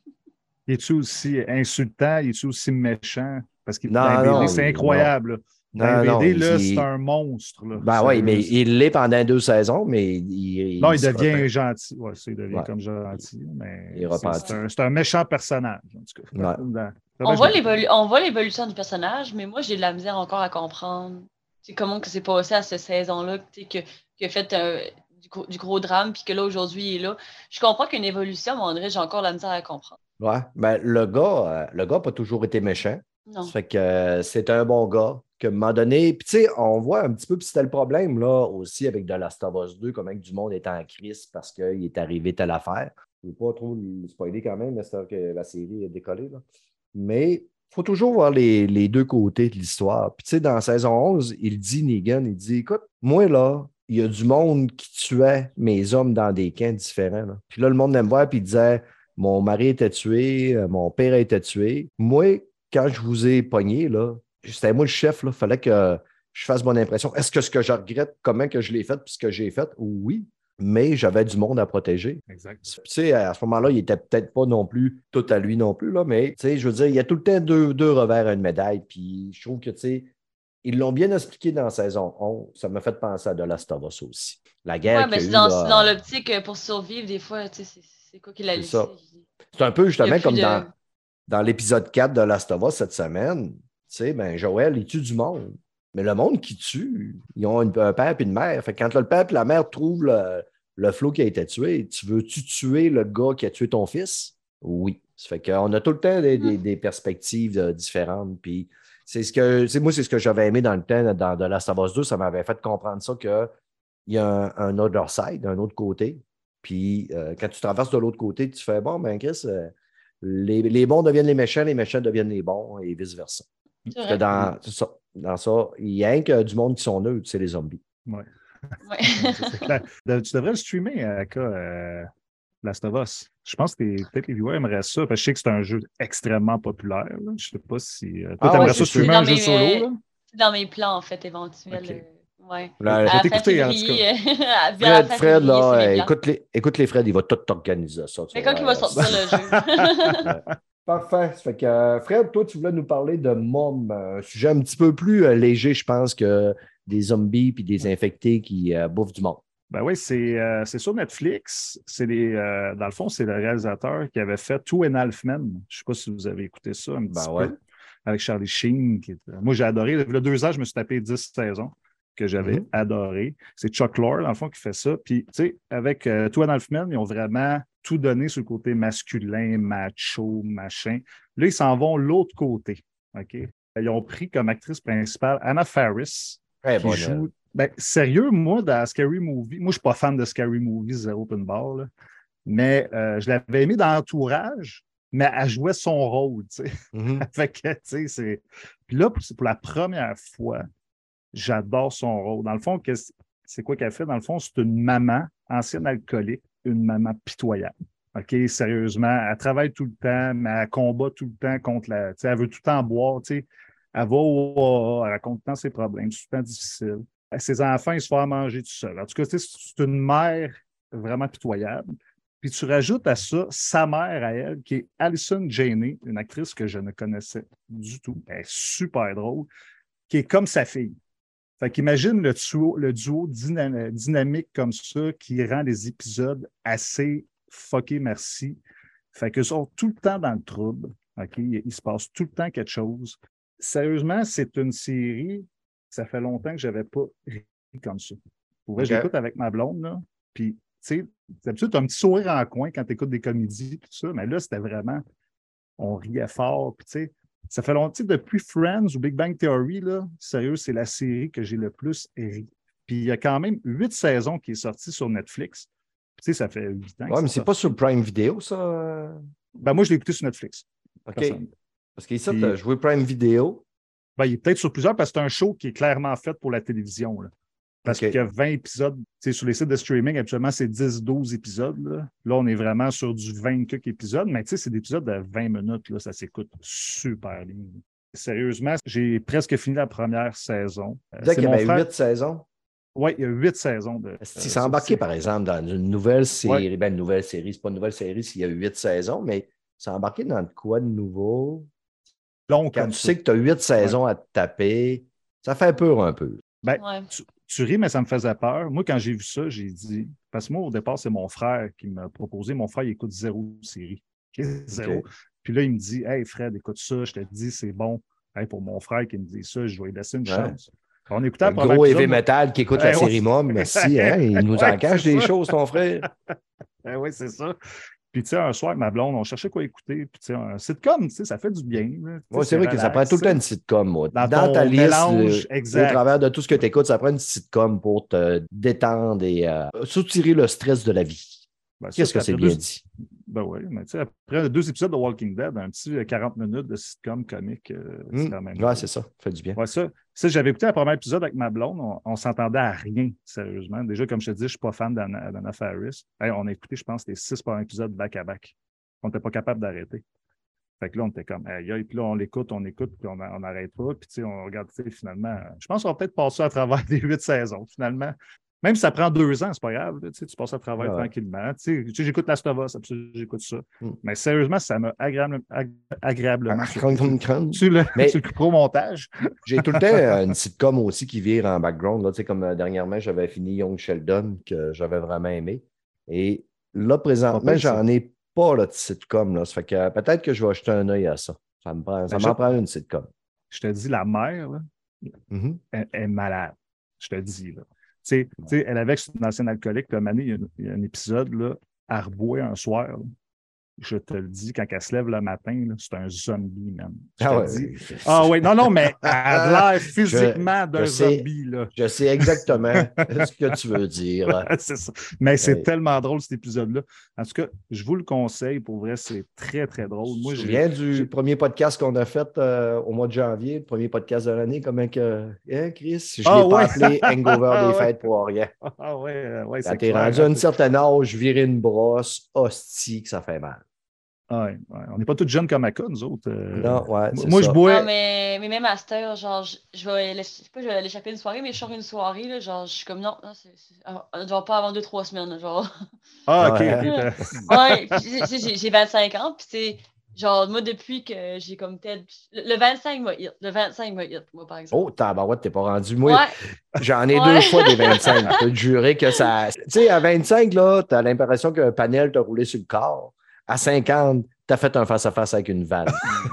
Es-tu aussi insultant? Es-tu aussi méchant? Parce que Non, dans les BD, non, c'est incroyable. Dans les BD, là, c'est un monstre. Là. Ben oui, mais il l'est pendant 2 saisons, mais il devient gentil. Oui, il devient comme gentil, mais c'est un méchant personnage, en tout cas. Ouais. On voit l'évolution du personnage, mais moi, j'ai de la misère encore à comprendre comment que c'est passé à cette saison-là, qu'il a fait du gros drame, puis que là, aujourd'hui, il est là. Je comprends qu'une évolution, mais André, j'ai encore de la misère à comprendre. Ouais, ben le gars n'a pas toujours été méchant. Non. Ça fait que c'est un bon gars. Qu'à un moment donné, puis tu sais, on voit un petit peu, puis c'était le problème là aussi avec The Last of Us 2, comment du monde est en crise parce qu'il est arrivé telle affaire. Je ne veux pas trop le spoiler quand même, mais c'est que la série est décollée. Là. Mais il faut toujours voir les deux côtés de l'histoire. Puis tu sais, dans la saison 11, il dit, Negan, il dit, écoute, moi là, il y a du monde qui tuait mes hommes dans des camps différents. Là. Puis là, le monde aime voir, puis il disait, mon mari était tué, mon père était tué. Moi, quand je vous ai pogné, là, c'était moi le chef, il fallait que je fasse bonne impression. Est-ce que ce que je regrette, comment que je l'ai fait, puis ce que j'ai fait? Oui, mais j'avais du monde à protéger. Exact. Tu sais, à ce moment-là, il n'était peut-être pas non plus tout à lui non plus, là, mais tu sais, je veux dire, il y a tout le temps deux revers à une médaille, puis je trouve que, tu sais, ils l'ont bien expliqué dans la saison 11. Ça m'a fait penser à The Last of Us aussi. La guerre qu'il y a eu, c'est dans l'optique pour survivre, des fois, tu sais, c'est quoi qu'il a laissé. C'est un peu justement comme dans l'épisode 4 de Last of Us cette semaine. Tu sais, ben Joël, il tue du monde. Mais le monde qui tue, ils ont un père et une mère. Fait que quand le père et la mère trouvent le flot qui a été tué, tu veux-tu tuer le gars qui a tué ton fils? Oui. Ça fait qu'on a tout le temps des perspectives différentes. Puis c'est ce que j'avais aimé dans le temps dans The Last of Us 2. Ça m'avait fait comprendre ça qu'il y a un other side, un autre côté. Puis quand tu traverses de l'autre côté, tu fais bon, ben Chris, les bons deviennent les méchants deviennent les bons et vice-versa. Parce que dans ça, il y a rien que du monde qui sont neutres, c'est les zombies. Oui. C'est clair. Tu devrais le streamer à Last of Us. Je pense que peut-être les viewers aimeraient ça, parce que je sais que c'est un jeu extrêmement populaire. Là. Je ne sais pas si. Toi, t'aimerais ça streamer un jeu solo? Là? C'est dans mes plans, en fait, éventuels. Okay. Ouais. Je vais t'écouter, en tout cas. Fred, là, écoute les Fred, il va tout t'organiser ça. Mais quand il va sortir le jeu. Parfait. Ça fait que, Fred, toi, tu voulais nous parler de Mom, un sujet un petit peu plus léger, je pense, que des zombies et des infectés qui bouffent du monde. Ben oui, c'est sur Netflix. Dans le fond, c'est le réalisateur qui avait fait Two and a Half Men. Je ne sais pas si vous avez écouté ça un petit peu. Avec Charlie Sheen. Moi, j'ai adoré. Il y a 2 ans, je me suis tapé 10 saisons que j'avais adoré. C'est Chuck Lorre, dans le fond, qui fait ça. Puis, tu sais, avec Two and a Half Men, ils ont vraiment tout donné sur le côté masculin, macho, machin. Là, ils s'en vont l'autre côté. OK? Ils ont pris comme actrice principale Anna Faris, qui joue... Ben, sérieux, moi, dans Scary Movie, moi, je ne suis pas fan de Scary Movie, Zero Open Bar, là, mais je l'avais mis dans l'entourage, mais elle jouait son rôle, tu sais. Fait que, tu sais, c'est... Puis là, c'est pour la première fois, j'adore son rôle. Dans le fond, c'est quoi qu'elle fait? Dans le fond, c'est une maman, ancienne alcoolique, une maman pitoyable. OK, sérieusement, elle travaille tout le temps, mais elle combat tout le temps contre la. Tu sais, elle veut tout le temps boire, tu sais. Elle va au AA, elle raconte tout le temps ses problèmes, c'est tout le temps difficile. Ses enfants, ils se font à manger tout seul. En tout cas, tu sais, c'est une mère vraiment pitoyable. Puis tu rajoutes à ça sa mère à elle, qui est Allison Janney, une actrice que je ne connaissais du tout. Elle est super drôle, qui est comme sa fille. Fait qu'imagine le duo dynamique comme ça qui rend les épisodes assez fuckés, merci. Fait qu'ils sont tout le temps dans le trouble. OK? Il se passe tout le temps quelque chose. Sérieusement, c'est une série, ça fait longtemps que je n'avais pas ri comme ça. Pour vrai, je l'écoute avec ma blonde, là. Puis, tu sais, d'habitude, tu as un petit sourire en coin quand tu écoutes des comédies, tout ça, mais là, c'était vraiment, on riait fort. Puis, tu sais, ça fait longtemps, depuis Friends ou Big Bang Theory, là, sérieux, c'est la série que j'ai le plus ri. Puis, il y a quand même 8 saisons qui est sortie sur Netflix. Puis, tu sais, ça fait 8 ans. Oui, mais c'est pas sur Prime Video, ça? Ben, moi, je l'ai écouté sur Netflix. OK. Personne. Parce qu'ici, tu as joué Prime Video. Ben, il est peut-être sur plusieurs parce que c'est un show qui est clairement fait pour la télévision. Là. Parce qu'il y a 20 épisodes. Sur les sites de streaming, habituellement, c'est 10-12 épisodes. Là, on est vraiment sur du 20 quelques épisodes, mais c'est des épisodes de 20 minutes. Là, ça s'écoute super bien. Sérieusement, j'ai presque fini la première saison. Tu disais qu'il y avait 8 saisons? Oui, il y a 8 saisons. Il s'est embarqué, par exemple, dans une nouvelle série. Ouais. Ben, une nouvelle série, c'est pas une nouvelle série s'il y a 8 saisons, mais il s'est embarqué dans quoi de nouveau? Long Quand comme tu ça. sais que tu as 8 saisons à te taper, ça fait peur un peu. Ben, tu ris, mais ça me faisait peur. Moi, quand j'ai vu ça, j'ai dit... Parce que moi, au départ, c'est mon frère qui m'a proposé. Mon frère, il écoute 0 série. Zéro. Okay. Puis là, il me dit, « Hey, Fred, écoute ça. Je te dis, c'est bon. Hey, pour mon frère qui me dit ça, je vais lui laisser une chance. » On écoutait un gros heavy metal qui écoute la série Mom. Merci, hein? Il nous en cache des choses, ton frère. Oui, c'est ça. Puis, tu sais, un soir, avec ma blonde, on cherchait quoi écouter. Puis, tu sais, un sitcom, tu sais, ça fait du bien. Oui, c'est vrai que ça prend tout le temps une sitcom, moi. Dans ta liste, au travers de tout ce que tu écoutes, ça prend une sitcom pour te détendre et soutirer le stress de la vie. Ben, qu'est-ce que c'est bien dit? Ben oui, mais tu sais, après 2 épisodes de Walking Dead, un petit 40 minutes de sitcom comique, c'est quand même... Oui, c'est ça. Ça fait du bien. Ouais, ça, j'avais écouté le premier épisode avec ma blonde. On s'entendait à rien, sérieusement. Déjà, comme je te dis, je ne suis pas fan d'Anna Faris. Hey, on a écouté, je pense, les 6 premiers épisodes back-à-back. On n'était pas capable d'arrêter. Fait que là, on était comme, aïe, puis là, on l'écoute, puis on n'arrête pas. Puis, tu sais, on regarde, finalement. Je pense qu'on va peut-être passer à travers les 8 saisons, finalement. Même si ça prend 2 ans, c'est pas grave. Tu passes à travers tranquillement. Tu sais, j'écoute Last of Us, j'écoute ça. Mais sérieusement, ça m'a agréablement sur le pro-montage. J'ai tout le temps une sitcom aussi qui vire en background. Là, comme dernièrement, j'avais fini Young Sheldon, que j'avais vraiment aimé. Et là, présentement, j'en ai pas là, de sitcom. Là. Ça fait que peut-être que je vais jeter un œil à ça. Ça m'en prend une sitcom. Je te dis, la mère, là, elle est malade. Je te dis, là. Tu sais, elle avait une ancienne alcoolique, puis à un moment donné, il y a un épisode, là, à reboire un soir. Là. Je te le dis, quand elle se lève le matin, c'est un zombie, même. Oui, non, mais elle a l'air physiquement d'un zombie. Là. Je sais exactement ce que tu veux dire. C'est ça. Mais c'est tellement drôle, cet épisode-là. En tout cas, je vous le conseille. Pour vrai, c'est très, très drôle. Moi, je me souviens du premier podcast qu'on a fait au mois de janvier, le premier podcast de l'année, comment que... Chris, je ne l'ai pas appelé Hangover des fêtes pour rien. Ouais, quand tu es rendu à un certain âge, virer une brosse, hostie, que ça fait mal. Ouais. On n'est pas tous jeunes comme Aka, nous autres. Non, ouais. Moi, je bois. Non, mais même à cette heure, genre, je vais l'échapper une soirée, mais je sors une soirée, là, genre, je suis comme non, genre pas avant 2-3 semaines, genre. OK. Ouais, j'ai 25 ans, puis c'est genre, moi, depuis que j'ai comme peut-être. Le 25 m'a hit. Le 25 m'a hit, moi, par exemple. Oh, tabarouette, t'es pas rendu. Moi, j'en ai 2 fois des 25. Je peux te jurer que ça. Tu sais, à 25, là, t'as l'impression qu'un panel t'a roulé sur le corps. À 50, tu as fait un face-à-face avec une vanne.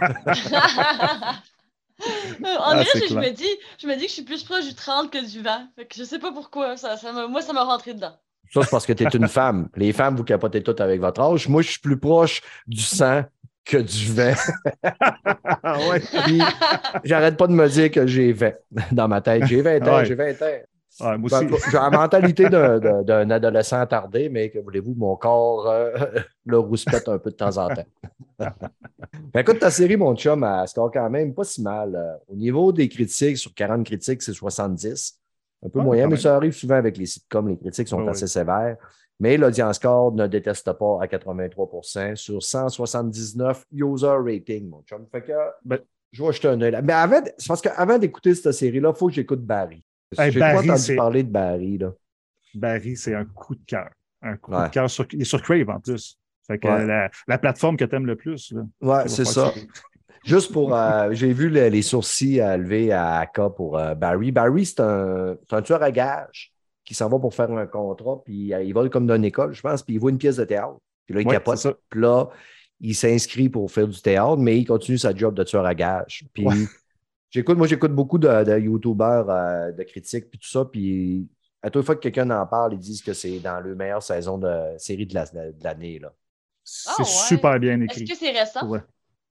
En vrai, je me dis que je suis plus proche du 30 que du 20. Fait que je sais pas pourquoi. Moi, ça m'a rentré dedans. Ça, c'est parce que tu es une femme. Les femmes, vous capotez toutes avec votre âge. Moi, je suis plus proche du 100 que du 20. Puis, j'arrête pas de me dire que j'ai 20 dans ma tête. J'ai 20 ans, j'ai 20 ans. Ouais, moi aussi. J'ai la mentalité d'un adolescent attardé, mais que voulez-vous, mon corps le rouspète un peu de temps en temps. Écoute, ta série, mon chum, elle score quand même pas si mal. Au niveau des critiques, sur 40 critiques, c'est 70. Un peu moyen, mais ça arrive souvent avec les sitcoms. Les critiques sont assez sévères. Mais l'audience score ne déteste pas à 83% sur 179 user rating, mon chum. Fait que Ben, je vais jeter un œil là. Mais c'est parce qu'avant d'écouter cette série-là, il faut que j'écoute Barry. Hey, J'ai pas Barry, entendu parler de Barry, là. Barry, c'est un coup de cœur. Un coup Ouais. de cœur. Il est sur Crave en plus. Fait que Ouais. la plateforme que tu aimes le plus. Là, Ouais, c'est ça. Juste pour. J'ai vu les sourcils levés à Aka pour Barry. Barry, c'est un tueur à gages qui s'en va pour faire un contrat, puis il va comme dans une école, je pense, puis il voit une pièce de théâtre. Puis là, il capote. C'est ça. Puis là, il s'inscrit pour faire du théâtre, mais il continue sa job de tueur à gages. Puis j'écoute beaucoup de YouTubers de critiques, puis tout ça, puis à toute fois que quelqu'un en parle, ils disent que c'est dans le meilleure saison de série de l'année, là. C'est super bien écrit. Est-ce que c'est récent? Ouais.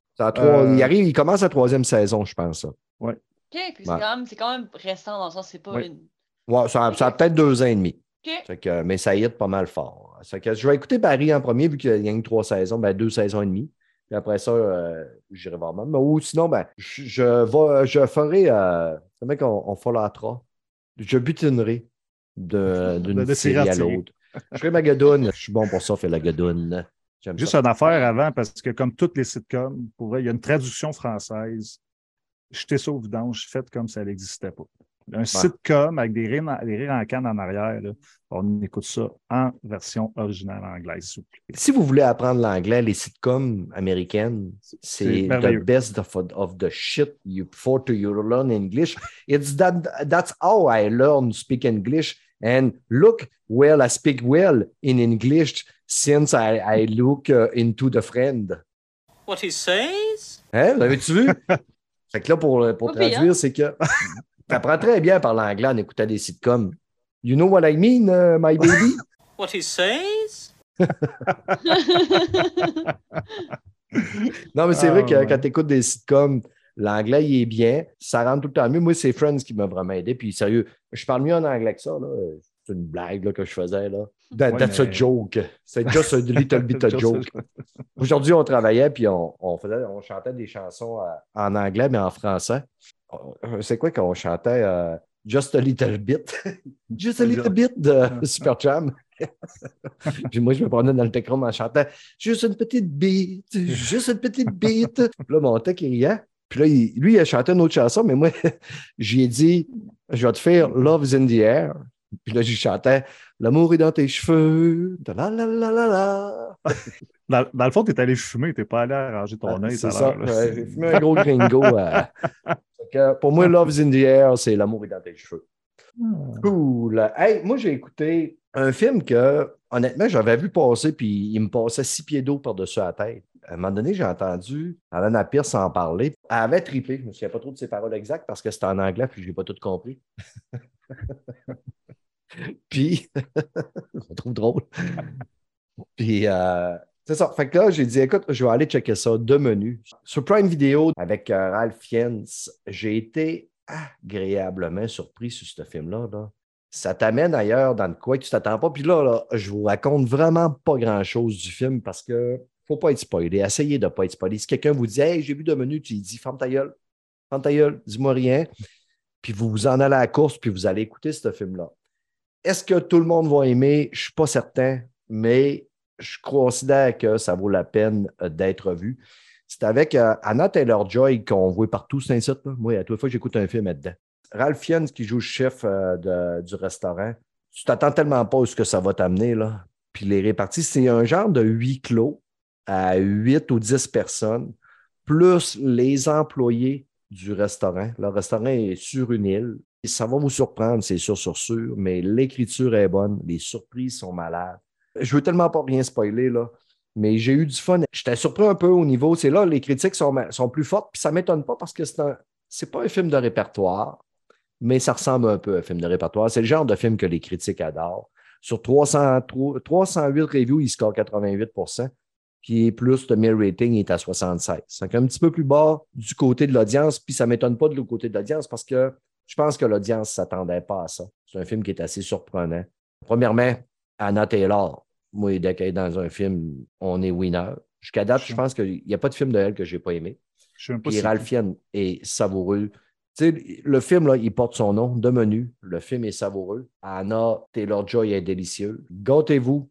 Il commence la 3e saison, je pense. Ça. Ouais. OK, puis c'est quand même récent dans le sens, c'est pas une. Ouais, ça a peut-être 2 ans et demi. Okay. Mais ça hit pas mal fort. Je vais écouter Barry en premier, vu qu'il y a eu 3 saisons, 2 saisons et demie. Puis après ça, j'irai voir même. Ou sinon, je ferai. C'est vrai qu'on folâtra. Je butinerai d'une série à l'autre. Je ferai ma gadoune. Je suis bon pour ça, faire la gadoune. Juste une affaire avant, parce que comme toutes les sitcoms, pour vrai, il y a une traduction française. Jeter ça au vidange, faites comme ça n'existait pas. Un sitcom avec des rires en canne en arrière, là, on écoute ça en version originale anglaise, s'il vous plaît. Si vous voulez apprendre l'anglais, les sitcoms américaines, c'est the best of the shit for you to learn English. That's how I learn to speak English. And look, I speak well in English since I look into the friend. What he says? Hein, l'avais-tu vu? Fait que là, pour traduire, c'est que tu apprends très bien à parler anglais en écoutant des sitcoms. You know what I mean, my baby? What he says? Non, mais c'est vrai que quand tu écoutes des sitcoms, l'anglais, il est bien. Ça rentre tout le temps mieux. Moi, c'est Friends qui m'a vraiment aidé. Puis, sérieux, je parle mieux en anglais que ça. Là. C'est une blague là, que je faisais. Là. That's a joke. C'est just a little bit a joke. Aujourd'hui, on travaillait puis on chantait des chansons en anglais, mais en français. C'est quoi qu'on chantait? Just a little bit. Just a little bit de Supertramp. Puis moi, je me prenais dans le tech room en chantant juste une petite bite, juste une petite bite. Puis là, mon tech, il riait. Puis là, lui, il a chanté une autre chanson, mais moi, j'ai dit, je vais te faire Love is in the air. Puis là, j'ai chanté L'amour est dans tes cheveux. La la la la la. Dans le fond, tu es allé fumer, tu n'es pas allé arranger ton œil. C'est ça. J'ai fumé un gros gringo. Pour moi, Love is in the air, c'est L'amour est dans tes cheveux. Cool. Hey, moi, j'ai écouté un film que, honnêtement, j'avais vu passer, puis il me passait 6 pieds d'eau par-dessus la tête. À un moment donné, j'ai entendu Alana Pierce en parler. Elle avait trippé. Je ne me souviens pas trop de ses paroles exactes parce que c'était en anglais, puis je n'ai pas tout compris. Puis, je trouve drôle. Puis, c'est ça. Fait que là, j'ai dit, écoute, je vais aller checker ça de menu. Sur Prime Video, avec Ralph Fiennes, j'ai été agréablement surpris sur ce film-là. Là. Ça t'amène ailleurs dans le coin que tu ne t'attends pas. Puis là, je vous raconte vraiment pas grand-chose du film parce que ne faut pas être spoilé. Essayez de ne pas être spoilé. Si quelqu'un vous dit, hey, j'ai vu de menu, tu lui dis, ferme ta gueule, dis-moi rien. Puis vous en allez à la course, puis vous allez écouter ce film-là. Est-ce que tout le monde va aimer? Je ne suis pas certain, mais je considère que ça vaut la peine d'être vu. C'est avec Anna Taylor-Joy qu'on voit partout sur un site. Là. Moi, à toute fois que j'écoute un film, elle est dedans. Ralph Fiennes qui joue le chef du restaurant. Tu t'attends tellement pas à ce que ça va t'amener, là. Puis les réparties, c'est un genre de huis clos à 8 ou 10 personnes, plus les employés du restaurant. Le restaurant est sur une île. Ça va vous surprendre, c'est sûr, mais l'écriture est bonne, les surprises sont malades. Je veux tellement pas rien spoiler, là, mais j'ai eu du fun. J'étais surpris un peu au niveau, c'est là, les critiques sont plus fortes, puis ça ne m'étonne pas parce que c'est pas un film de répertoire, mais ça ressemble un peu à un film de répertoire. C'est le genre de film que les critiques adorent. Sur 308 reviews, il score 88%, puis plus de 1000 ratings, il est à 76. C'est un petit peu plus bas du côté de l'audience, puis ça ne m'étonne pas de l'autre côté de l'audience parce que je pense que l'audience ne s'attendait pas à ça. C'est un film qui est assez surprenant. Premièrement, Anna Taylor. Moi, dès qu'elle est dans un film, on est winner. Jusqu'à date, je pense qu'il n'y a pas de film de elle que je n'ai pas aimé. Puis Ralph Fiennes est savoureux. Tu sais, le film, là, il porte son nom de menu. Le film est savoureux. Anna Taylor-Joy est délicieux. Gâtez-vous.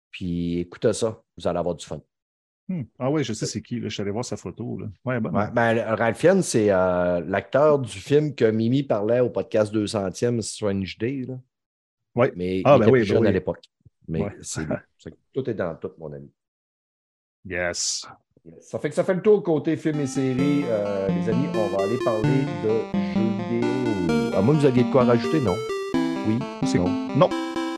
Puis écoutez ça, vous allez avoir du fun. Ah oui, je sais c'est qui. Là. Je suis allé voir sa photo. Là. Ouais, bon. Ouais, ben, Ralph Fiennes, c'est l'acteur du film que Mimi parlait au podcast 200e, Strange Day. Là. Oui. Mais il était plus jeune à oui. l'époque. Mais Ouais. c'est lui. Tout est dans tout, mon ami. Yes. Ça fait que ça fait le tour côté film et séries. Les amis, on va aller parler de jeux vidéo. À moins que vous aviez de quoi rajouter, non? Oui? C'est non? Non.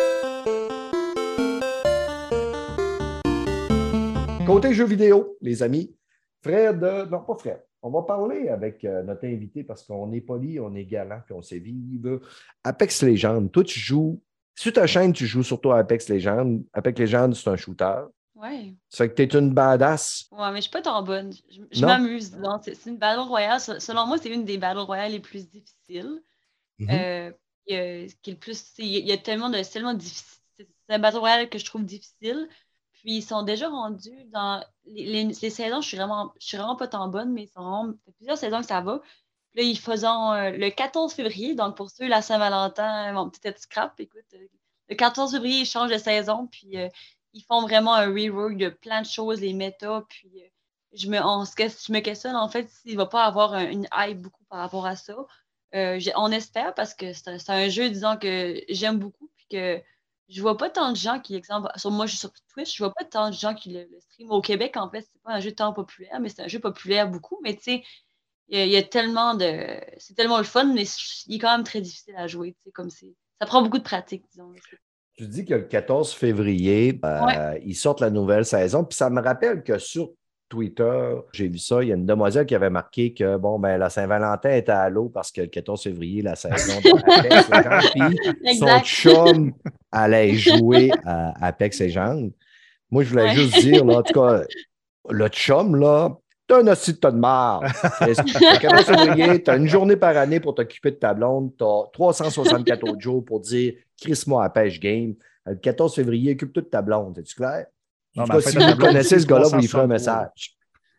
Côté jeux vidéo, les amis, Fred, non pas Fred, on va parler avec notre invité parce qu'on est poli, on est galant, puis on sait vivre. Apex Legends, toi tu joues, sur ta chaîne tu joues surtout à Apex Legends. Apex Legends, c'est un shooter. Ouais. Ça fait que tu es une badass. Ouais, mais je suis pas tant bonne. Je Non? m'amuse. disons. C'est une battle royale. Selon moi, c'est une des battle royales les plus difficiles. Qui est le plus. Il y a c'est tellement difficile. C'est un battle royale que je trouve difficile. Puis ils sont déjà rendus dans les saisons. Je suis vraiment pas tant bonne, mais ça fait plusieurs saisons que ça va. Puis là, ils faisaient le 14 février. Donc pour ceux, la Saint-Valentin, vont peut-être être scrap. Écoute, le 14 février, ils changent de saison. Puis ils font vraiment un rework de plein de choses, les méta. Puis je me questionne en fait s'il va pas avoir une hype beaucoup par rapport à ça. On espère parce que c'est un jeu, disons, que j'aime beaucoup. Puis que je vois pas tant de gens qui, exemple, moi je suis sur Twitch, je vois pas tant de gens qui le stream. Au Québec, en fait, c'est pas un jeu tant populaire, mais c'est un jeu populaire beaucoup. Mais tu sais, il y a tellement de. C'est tellement le fun, mais il est quand même très difficile à jouer. Ça prend beaucoup de pratique, disons. Tu dis que le 14 février, ils sortent la nouvelle saison. Puis ça me rappelle que sur Twitter, j'ai vu ça, il y a une demoiselle qui avait marqué que la Saint-Valentin était à l'eau parce que le 14 février, la saison d'Apex Legends, puis son chum allait jouer à Apex Legends. Moi, je voulais juste dire, là, en tout cas, le chum, là, t'as un hostie de tas de marre. Le 14 février, t'as une journée par année pour t'occuper de ta blonde, t'as 364 autres jours pour dire « Crisse-moi à pêche game ». Le 14 février, occupe-toi de ta blonde. Es-tu clair? En tout cas, si vous connaissez ce gars-là, vous lui ferez un message.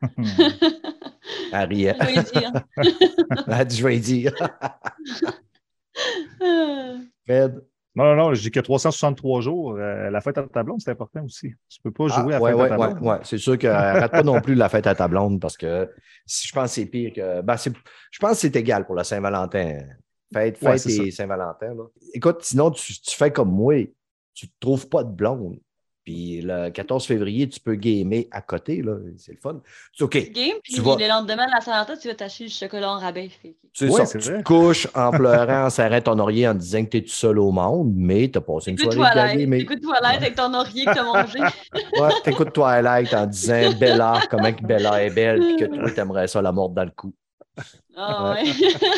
Elle riait. Je vais y dire. Elle a dit, je vais y dire. Fred? Non, je dis que 363 jours, la fête à ta blonde, c'est important aussi. Tu ne peux pas jouer à la fête à ta blonde. Oui, c'est sûr que rate pas non plus la fête à ta blonde parce que si je pense que c'est pire que. Je pense que c'est égal pour la Saint-Valentin. Fête et Saint-Valentin. Là. Écoute, sinon, tu fais comme moi. Tu ne trouves pas de blonde. Puis le 14 février, tu peux gamer à côté, là. C'est le fun. C'est OK. Game, puis le lendemain de la Saint-Valentin, tu vas t'acheter du chocolat en rabais. C'est ça. Tu te couches en pleurant, en serrant ton oreiller en disant que tu es tout seul au monde, mais tu as passé une soirée de gamer. T'écoutes Twilight avec ton oreiller que tu as mangé. Ouais, t'écoutes Twilight en disant Bella, comment que Bella est belle, puis que toi, t'aimerais ça la mordre dans le cou. Ah ouais.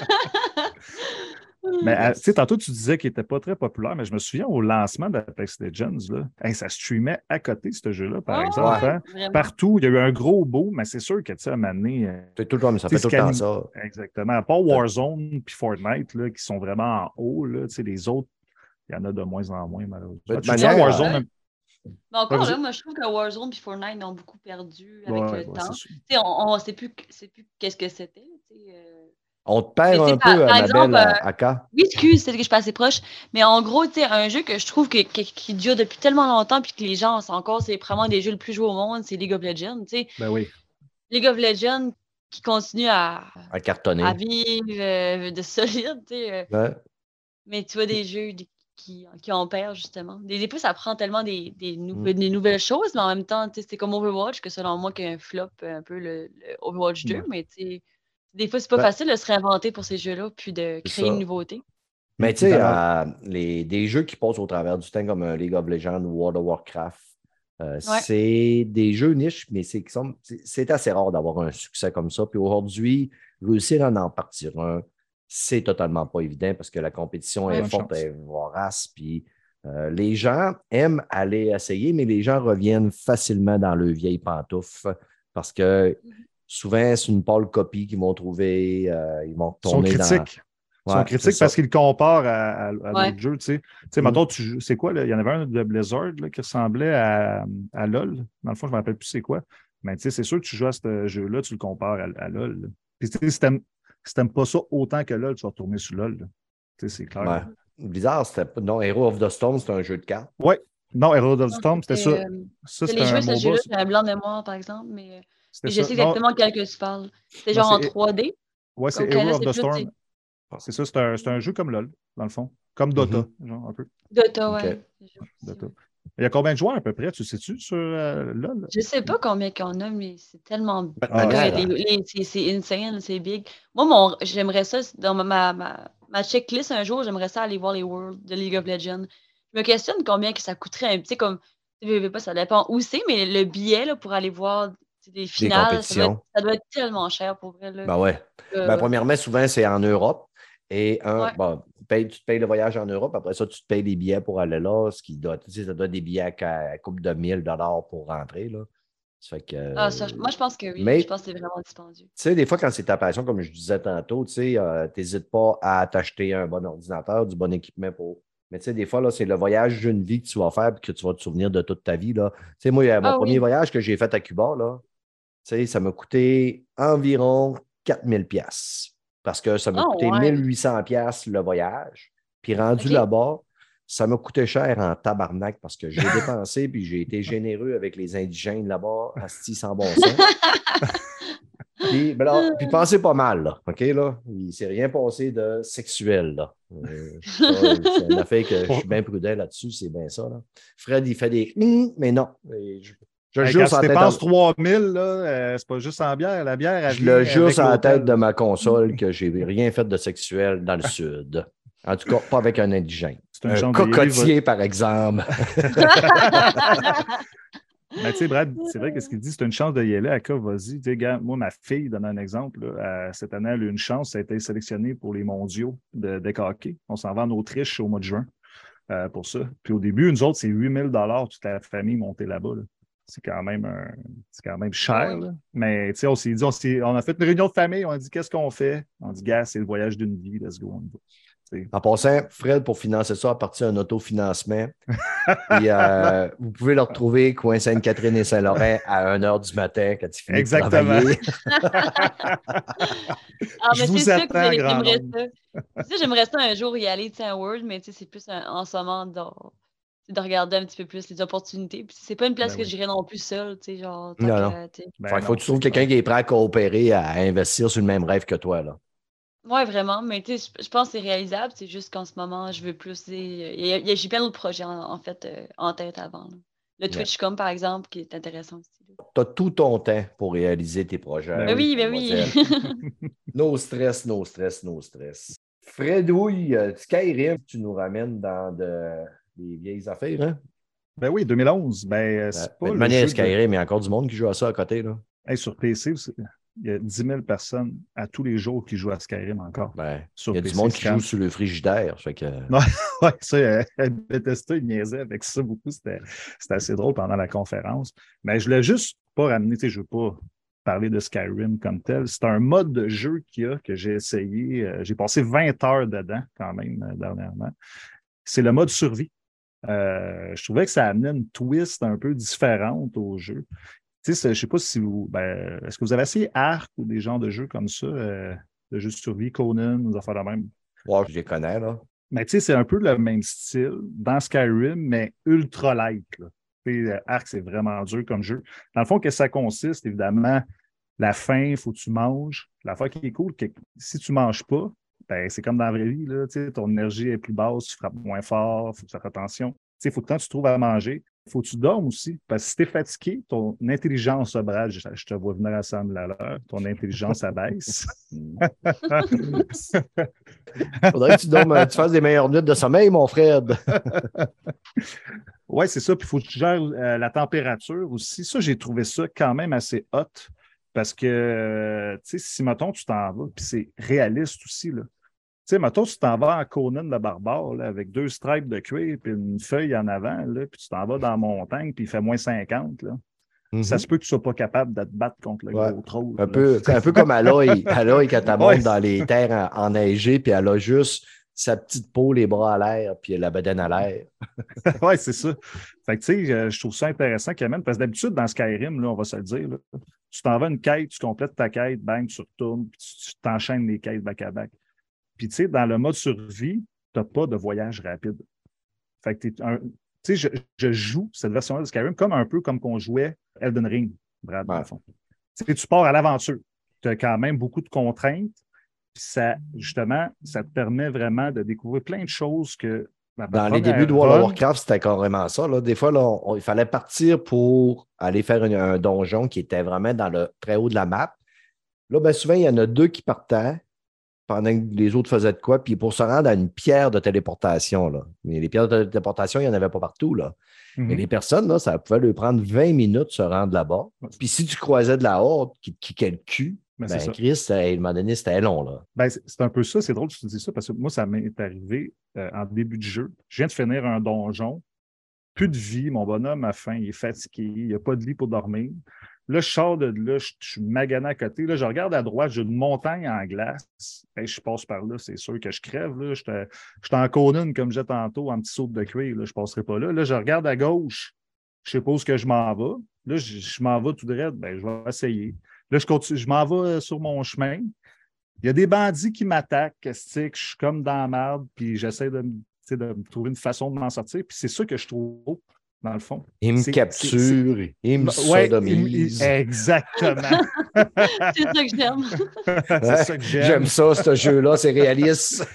Mais tu sais, tantôt, tu disais qu'il n'était pas très populaire, mais je me souviens au lancement d'Apex Legends, là, ça streamait à côté, ce jeu-là, par exemple. Hein? Partout, il y a eu un gros boom, mais c'est sûr que, tu sais, à un moment donné... ça fait tout le temps ça. Exactement. À part Warzone puis Fortnite, là, qui sont vraiment en haut, là, tu sais, les autres, il y en a de moins en moins, malheureusement. Warzone... Mais encore là, moi, je trouve que Warzone et Fortnite ont beaucoup perdu avec le temps. On ne sait plus qu'est-ce que c'était. On te perd un peu, Annabelle, Aka. Oui, excuse, c'est que je suis pas assez proche. Mais en gros, tu sais, un jeu que je trouve qui dure depuis tellement longtemps puis que les gens, c'est vraiment des jeux le plus joués au monde, c'est League of Legends, tu sais. Ben oui. League of Legends qui continue à cartonner. À vivre de solide, tu sais. Ouais. Mais tu vois des jeux qui en perdent, justement. Des fois, ça prend tellement des nouvelles choses, mais en même temps, tu sais, c'est comme Overwatch, que selon moi, qu'il y a un flop un peu le Overwatch 2, mais tu sais... Des fois, c'est pas facile de se réinventer pour ces jeux-là puis de créer une nouveauté. Mais tu sais, des jeux qui passent au travers du temps comme League of Legends ou World of Warcraft, c'est des jeux niches, mais c'est assez rare d'avoir un succès comme ça. Puis aujourd'hui, réussir à en partir un, c'est totalement pas évident parce que la compétition est forte et vorace. Puis les gens aiment aller essayer, mais les gens reviennent facilement dans le vieil pantoufle parce que souvent, c'est une pâle copie qu'ils vont trouver. Ils vont tourner Ils sont critiques parce qu'ils le comparent à d'autres jeux. Tu sais, maintenant, c'est quoi? Là? Il y en avait un de Blizzard là, qui ressemblait à LoL. Dans le fond, je ne me rappelle plus c'est quoi. Mais tu sais, c'est sûr que tu joues à ce jeu-là, tu le compares à LoL. Là. Puis si tu n'aimes pas ça autant que LoL, tu vas retourner sur LoL. Tu sais, c'est clair. Ouais. Blizzard, c'était non, Hero of the Storm, c'était un jeu de cartes. Oui. Non, Herald of the Non, Storm, c'était ça. Ça, je c'était l'ai joué un ce jeu-là, MOBA. j'ai un blanc de mémoire, par exemple, mais C'était je ça. sais Non, exactement quel que tu parles. C'était non, genre en 3D. ouais, c'est Comme Hero Kainos, of c'est the plus Storm. C'est ça, c'est un jeu comme LoL, dans le fond. Comme Dota, genre un peu. Dota, OK. ouais. Dota. Il y a combien de joueurs à peu près, tu sais-tu, sur LoL? Je sais pas combien qu'il y en a, mais c'est tellement. De Ah, manière, C'est insane, c'est big. Moi, j'aimerais ça, dans ma checklist un jour, j'aimerais ça aller voir les Worlds de League of Legends. Je me questionne combien que ça coûterait. Tu sais, comme, je sais pas, ça dépend où c'est, mais le billet là, pour aller voir des des finales, compétitions. ça doit être tellement cher pour vrai. Là. Ben ouais. Premièrement, souvent, c'est en Europe. Et Ouais. tu te payes le voyage en Europe. Après ça, tu te payes des billets pour aller là. Ce qui doit, tu sais, ça doit être des billets à couple de 1000$ pour rentrer. Là. Ça fait que, Moi, je pense que oui. mais Je pense que c'est vraiment dispendieux. tu sais, des fois, quand c'est ta passion, comme je disais tantôt, tu sais, t'hésites pas à t'acheter un bon ordinateur, du bon équipement pour. Mais tu sais, des fois, là, c'est le voyage d'une vie que tu vas faire et que tu vas te souvenir de toute ta vie. Là. Tu sais, moi, mon premier voyage que j'ai fait à Cuba, là, tu sais, ça m'a coûté environ 4000$. Parce que ça m'a coûté 1800$ le voyage. Puis rendu là-bas, ça m'a coûté cher en tabarnak parce que j'ai dépensé puis j'ai été généreux avec les indigènes là-bas, asti sans bon sens. Puis pensez pas mal, là, OK, là? Il ne s'est rien passé de sexuel, là. C'est une affaire que je suis bien prudent là-dessus, c'est bien ça, là. Fred, il fait des « mais non. » Je jure quand tu dépenses 3000, là, c'est pas juste en bière. La bière, je le jure sur la tête de ma console que j'ai rien fait de sexuel dans le Sud. En tout cas, pas avec un indigène. Un cocotier, par exemple. Mais tu sais, Brad, c'est vrai que ce qu'il dit, c'est une chance de y aller. Aka, vas-y. Tu sais, gars, moi, ma fille, donne un exemple. Là, cette année, elle a eu une chance. Ça a été sélectionné pour les mondiaux de hockey. On s'en va en Autriche au mois de juin pour ça. Puis au début, nous autres, c'est 8000$ toute la famille montée là-bas. Là. C'est quand même cher. Là. Mais tu sais, on s'est dit, on a fait une réunion de famille. On a dit, qu'est-ce qu'on fait? On dit, gars, c'est le voyage d'une vie. Let's go. En passant, Fred, pour financer ça, à partir d'un autofinancement, puis, vous pouvez le retrouver coin Sainte-Catherine et Saint-Laurent à 1h du matin quand il finit de travailler. Je vous attends, grand j'aimerais ça un jour y aller à Word, mais c'est plus en ce moment de regarder un petit peu plus les opportunités. Puis c'est pas une place que j'irais non plus seule, tu sais, genre. Non. Il faut que tu trouves quelqu'un qui est prêt à coopérer, à investir sur le même rêve que toi, là. Oui, vraiment, mais tu sais, je pense que c'est réalisable. C'est juste qu'en ce moment, je veux plus. J'ai plein d'autres projets en fait en tête avant. Là. Le TwitchCom, par exemple, qui est intéressant aussi. Tu as tout ton temps pour réaliser tes projets. Ben oui. No stress. Fredouille, Skyrim, tu nous ramènes dans des vieilles affaires, hein? Ben oui, 2011. C'est pas de manière Skyrim, il y a encore du monde qui joue à ça à côté, là. Hey, sur PC, il y a 10 000 personnes à tous les jours qui jouent à Skyrim encore. Il y a du monde qui joue sur le frigidaire. Fait que... Oui, ça, Bethesda, il niaisait avec ça beaucoup. C'était assez drôle pendant la conférence. Mais je ne voulais juste pas ramener, je ne veux pas parler de Skyrim comme tel. C'est un mode de jeu qu'il y a que j'ai essayé. J'ai passé 20 heures dedans quand même dernièrement. C'est le mode survie. Je trouvais que ça amenait une twist un peu différente au jeu. Je ne sais pas si vous. Est-ce que vous avez essayé Ark ou des genres de jeux comme ça, de jeux de survie, Conan, ou des affaires de même? Ouais, je les connais, là. Mais tu sais, c'est un peu le même style dans Skyrim, mais ultra light. Ark, c'est vraiment dur comme jeu. Dans le fond, qu'est-ce que ça consiste? Évidemment, la faim, il faut que tu manges. L'affaire qui est cool, si tu ne manges pas, c'est comme dans la vraie vie, là, ton énergie est plus basse, tu frappes moins fort, il faut que tu fasses attention. Il faut que quand tu trouves à manger, il faut que tu dormes aussi. Parce que si tu es fatigué, ton intelligence, Brad, je te vois venir à 100 000 à l'heure, ton intelligence abaisse. Faudrait que tu fasses des meilleures nuits de sommeil, mon Fred. Oui, c'est ça. Puis il faut que tu gères la température aussi. Ça, j'ai trouvé ça quand même assez hot. Parce que, tu sais, si, mettons, tu t'en vas, puis c'est réaliste aussi, là. Tu sais, mettons, tu t'en vas en Conan le barbare là, avec 2 stripes de cuir et une feuille en avant, là, puis tu t'en vas dans la montagne puis il fait moins 50. Là. Ça se peut que tu ne sois pas capable de te battre contre le gros troll. C'est un peu comme Aloy. Aloy, quand elle monte dans les terres enneigées, puis elle a juste sa petite peau, les bras à l'air, puis la bedaine à l'air. Oui, c'est ça. Fait que, tu sais, je trouve ça intéressant quand même, parce que d'habitude, dans Skyrim, là, on va se le dire, là, tu t'en vas une quête, tu complètes ta quête, bang, tu retournes, puis tu t'enchaînes les quêtes back-à-back. Puis, tu sais, dans le mode survie, tu n'as pas de voyage rapide. Fait que Tu sais, je joue cette version-là de Skyrim un peu comme qu'on jouait Elden Ring, Brad, dans le fond. Tu pars à l'aventure. Tu as quand même beaucoup de contraintes. Puis ça, justement, ça te permet vraiment de découvrir plein de choses que. Dans les débuts de World of Warcraft, c'était carrément ça. Là. Des fois, là, il fallait partir pour aller faire un donjon qui était vraiment dans le très haut de la map. Là, ben, souvent, il y en a deux qui partaient pendant que les autres faisaient de quoi, puis pour se rendre à une pierre de téléportation. Là. Mais les pierres de téléportation, il n'y en avait pas partout. Là. Mais les personnes, là, ça pouvait leur prendre 20 minutes de se rendre là-bas. Puis si tu croisais de la horde qui te kickait le cul, Chris, à un moment donné, c'était long. Là. Ben, c'est un peu ça. C'est drôle que tu dis ça parce que moi, ça m'est arrivé en début de jeu. Je viens de finir un donjon. Plus de vie. Mon bonhomme a faim. Il est fatigué. Il n'y a pas de lit pour dormir. Là, je sors de là. Je suis magané à côté. Là, je regarde à droite. J'ai une montagne en glace. Hey, je passe par là. C'est sûr que je crève. Là. Je suis en cône, comme j'ai tantôt, en petit saut de cuir. Là. Je ne passerai pas là. Là, je regarde à gauche. Je sais pas où je m'en vais. Là, je m'en vais tout droit. Ben, je vais essayer. Là, je continue, je m'en vais sur mon chemin. Il y a des bandits qui m'attaquent, que je suis comme dans la merde, puis j'essaie de me trouver une façon de m'en sortir. Puis c'est ça que je trouve, dans le fond. Il me capture, il me sodomise. Exactement. C'est ça que j'aime. C'est ça que j'aime. J'aime ça, ce jeu-là, c'est réaliste.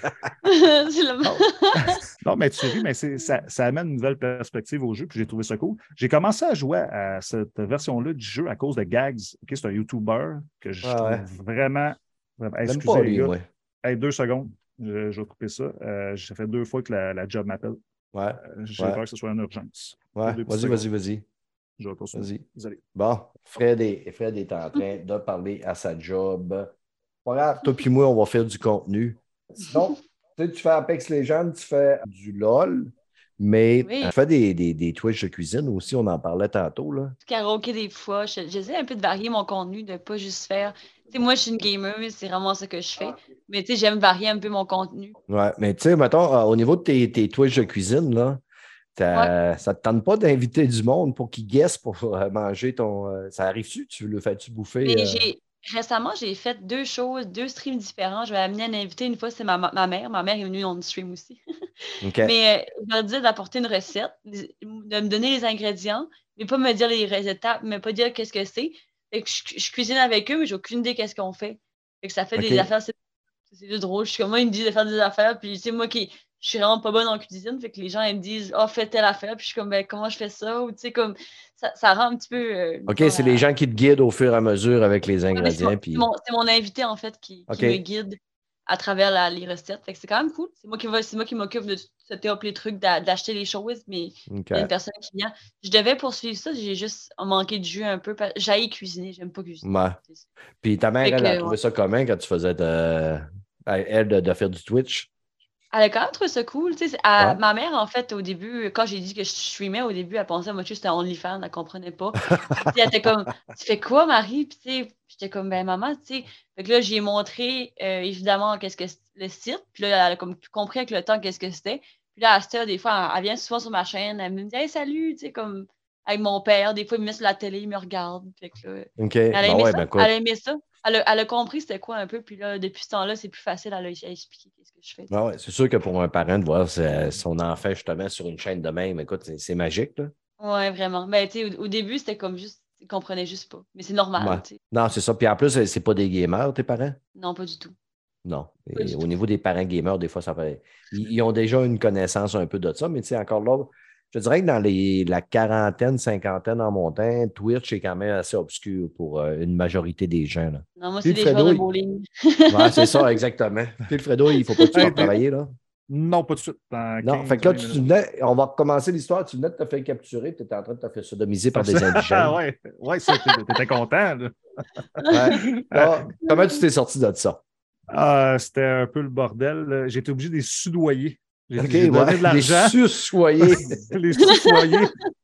Non, mais tu ris, mais ça amène une nouvelle perspective au jeu, puis j'ai trouvé ça cool. J'ai commencé à jouer à cette version-là du jeu à cause de Gags. Okay, c'est un YouTuber que je trouve vraiment. Excusez, pas lui, les gars. ouais. Hey, 2 secondes, je vais couper ça. J'ai fait 2 fois que la job m'appelle. Ouais. J'ai peur que ce soit une urgence. Ouais. Vas-y. Je vais continuer. Vas-y. Désolé. Bon, Fred est en train de parler à sa job. Pas grave, toi puis moi, on va faire du contenu. Sinon, tu fais Apex Legends, tu fais du LOL, mais tu fais des Twitch de cuisine aussi, on en parlait tantôt. Là. Karaoké des fois. J'essaie un peu de varier mon contenu, de ne pas juste faire. Tu sais, moi, je suis une gamer, c'est vraiment ça que je fais. Mais tu sais, j'aime varier un peu mon contenu. Ouais, mais tu sais, mettons, au niveau de tes Twitch de cuisine, là, ça ne te tente pas d'inviter du monde pour qu'ils guessent pour manger ton. Ça arrive-tu? Tu le fais-tu bouffer? Mais récemment, j'ai fait 2 choses, 2 streams différents. Je vais amener un invité. Une fois, c'est ma mère. Ma mère est venue dans le stream aussi. Okay. Mais je leur disais d'apporter une recette, de me donner les ingrédients, mais pas me dire les étapes, mais pas dire qu'est-ce que c'est. Fait que je cuisine avec eux, mais j'ai aucune idée qu'est-ce qu'on fait. Fait que ça fait des affaires. C'est juste drôle. Je suis comme moi, ils me disent de faire des affaires, puis tu sais, moi je suis vraiment pas bonne en cuisine, fait que les gens ils me disent fais telle affaire, puis je suis comme ben comment je fais ça, ou tu sais comme ça rend un petit peu. OK, c'est les gens qui te guident au fur et à mesure avec les ingrédients. C'est mon invité en fait qui me guide à travers les recettes. Fait que c'est quand même cool. C'est moi qui m'occupe de setter up les trucs, d'acheter les choses, mais il y a une personne qui vient. Je devais poursuivre ça, j'ai juste manqué de jus un peu. J'haïs cuisiner, j'aime pas cuisiner. Ouais. Puis ta mère, elle a trouvé ça comment quand tu faisais elle de faire du Twitch? Elle a quand même trouvé ça cool. Ma mère, en fait, au début, quand j'ai dit que je streamais, au début, elle pensait moi, c'était OnlyFans, elle ne comprenait pas. Elle était comme, tu fais quoi, Marie? Puis, j'étais comme, ben, maman, tu sais. Fait que là, j'ai montré, évidemment, qu'est-ce que le site. Puis là, elle a comme compris avec le temps qu'est-ce que c'était. Puis là, Asta, des fois, elle vient souvent sur ma chaîne, elle me dit, hey, salut, tu sais, comme, avec mon père. Des fois, il me met sur la télé, il me regarde. Fait que là, elle a aimé ça. Elle a aimé ça. Elle a compris c'était quoi un peu, puis là, depuis ce temps-là, c'est plus facile à expliquer ce que je fais. Ouais, c'est sûr que pour un parent de voir son enfant justement sur une chaîne de même, écoute, c'est magique. Là. Ouais, vraiment. Ben, tu sais, au début, c'était comme juste, ils comprenaient juste pas. Mais c'est normal. Ouais. Non, c'est ça. Puis en plus, c'est pas des gamers, tes parents? Non, pas du tout. Non. Et au niveau des parents gamers, des fois, ça fait. Ils ont déjà une connaissance un peu de ça, mais tu sais, encore là, je dirais que dans la quarantaine, cinquantaine en montant, Twitch est quand même assez obscur pour une majorité des gens. Là. Non, moi, c'est des joueurs de bowling. Ouais, c'est ça, exactement. Puis le Fredo, il ne faut pas que tu vas travailler, là. Non, pas tout de suite. Non, fait que là, on va recommencer l'histoire. Tu venais de te faire capturer, tu étais en train de te faire sodomiser par des indigènes. Oui, tu étais content. Là. Ouais. Alors, comment tu t'es sorti de ça? C'était un peu le bordel. J'ai été obligé de les soudoyer. J'ai donné de l'argent. Les sussoyer. Les sussoyer.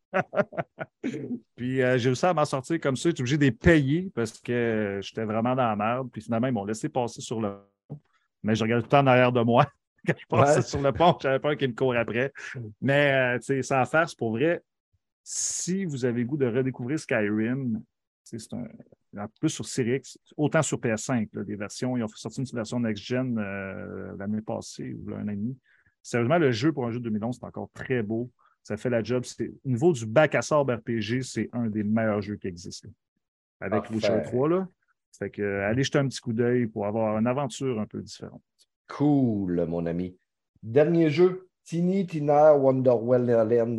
Puis j'ai réussi à m'en sortir comme ça. J'étais obligé de les payer parce que j'étais vraiment dans la merde. Puis finalement, ils m'ont laissé passer sur le pont. Mais je regardais tout le temps en arrière de moi. Quand je passais sur le pont, j'avais peur qu'ils me courent après. Mais sans faire, c'est pour vrai. Si vous avez le goût de redécouvrir Skyrim, c'est un peu sur Series X, autant sur PS5, là, des versions. Ils ont sorti une version next-gen l'année passée ou un an et demi. Sérieusement, le jeu pour un jeu de 2011, c'est encore très beau. Ça fait la job. Au niveau du bac à sable RPG, c'est un des meilleurs jeux qui existent. Là. Avec Witcher 3, là. Fait que allez jeter un petit coup d'œil pour avoir une aventure un peu différente. Cool, mon ami. Dernier jeu, Tiny Tina Wonderland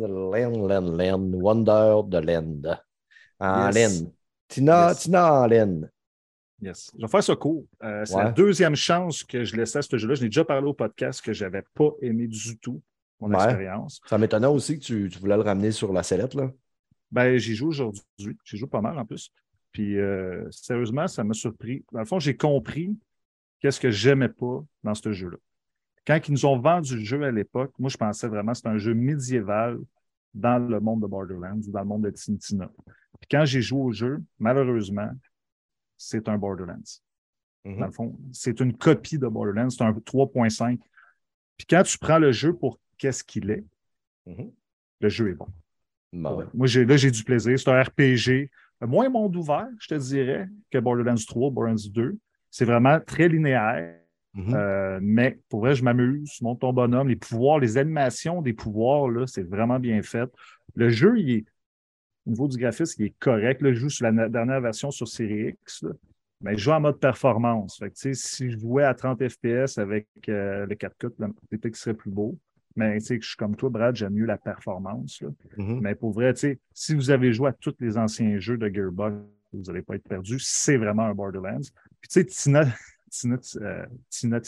Wonder de Land. En laine. Tina en laine. Yes. Je vais faire ça court. C'est la deuxième chance que je laissais à ce jeu-là. Je n'ai déjà parlé au podcast que je n'avais pas aimé du tout mon expérience. Ça m'étonnait aussi que tu voulais le ramener sur la sellette, là. Ben, j'y joue aujourd'hui. J'y joue pas mal en plus. Puis, sérieusement, ça m'a surpris. Dans le fond, j'ai compris qu'est-ce que j'aimais pas dans ce jeu-là. Quand ils nous ont vendu le jeu à l'époque, moi, je pensais vraiment que c'était un jeu médiéval dans le monde de Borderlands ou dans le monde de Tiny Tina. Puis quand j'ai joué au jeu, malheureusement, c'est un Borderlands. Dans le fond, c'est une copie de Borderlands, c'est un 3.5. Puis quand tu prends le jeu pour qu'est-ce qu'il est, le jeu est bon. Ouais. Moi, j'ai du plaisir. C'est un RPG, moins monde ouvert, je te dirais, que Borderlands 3, Borderlands 2. C'est vraiment très linéaire. Mais pour vrai, je m'amuse, je monte ton bonhomme. Les pouvoirs, les animations des pouvoirs, là, c'est vraiment bien fait. Le jeu, au niveau du graphisme, il est correct. Là, je joue sur la dernière version sur Series X. Là. Mais je joue en mode performance. Fait que, si je jouais à 30 FPS avec le 4K, peut-être que ce serait plus beau. Mais je suis comme toi, Brad, j'aime mieux la performance. Là. Mais pour vrai, si vous avez joué à tous les anciens jeux de Gearbox, vous n'allez pas être perdu. C'est vraiment un Borderlands. Puis tu sais, Tina,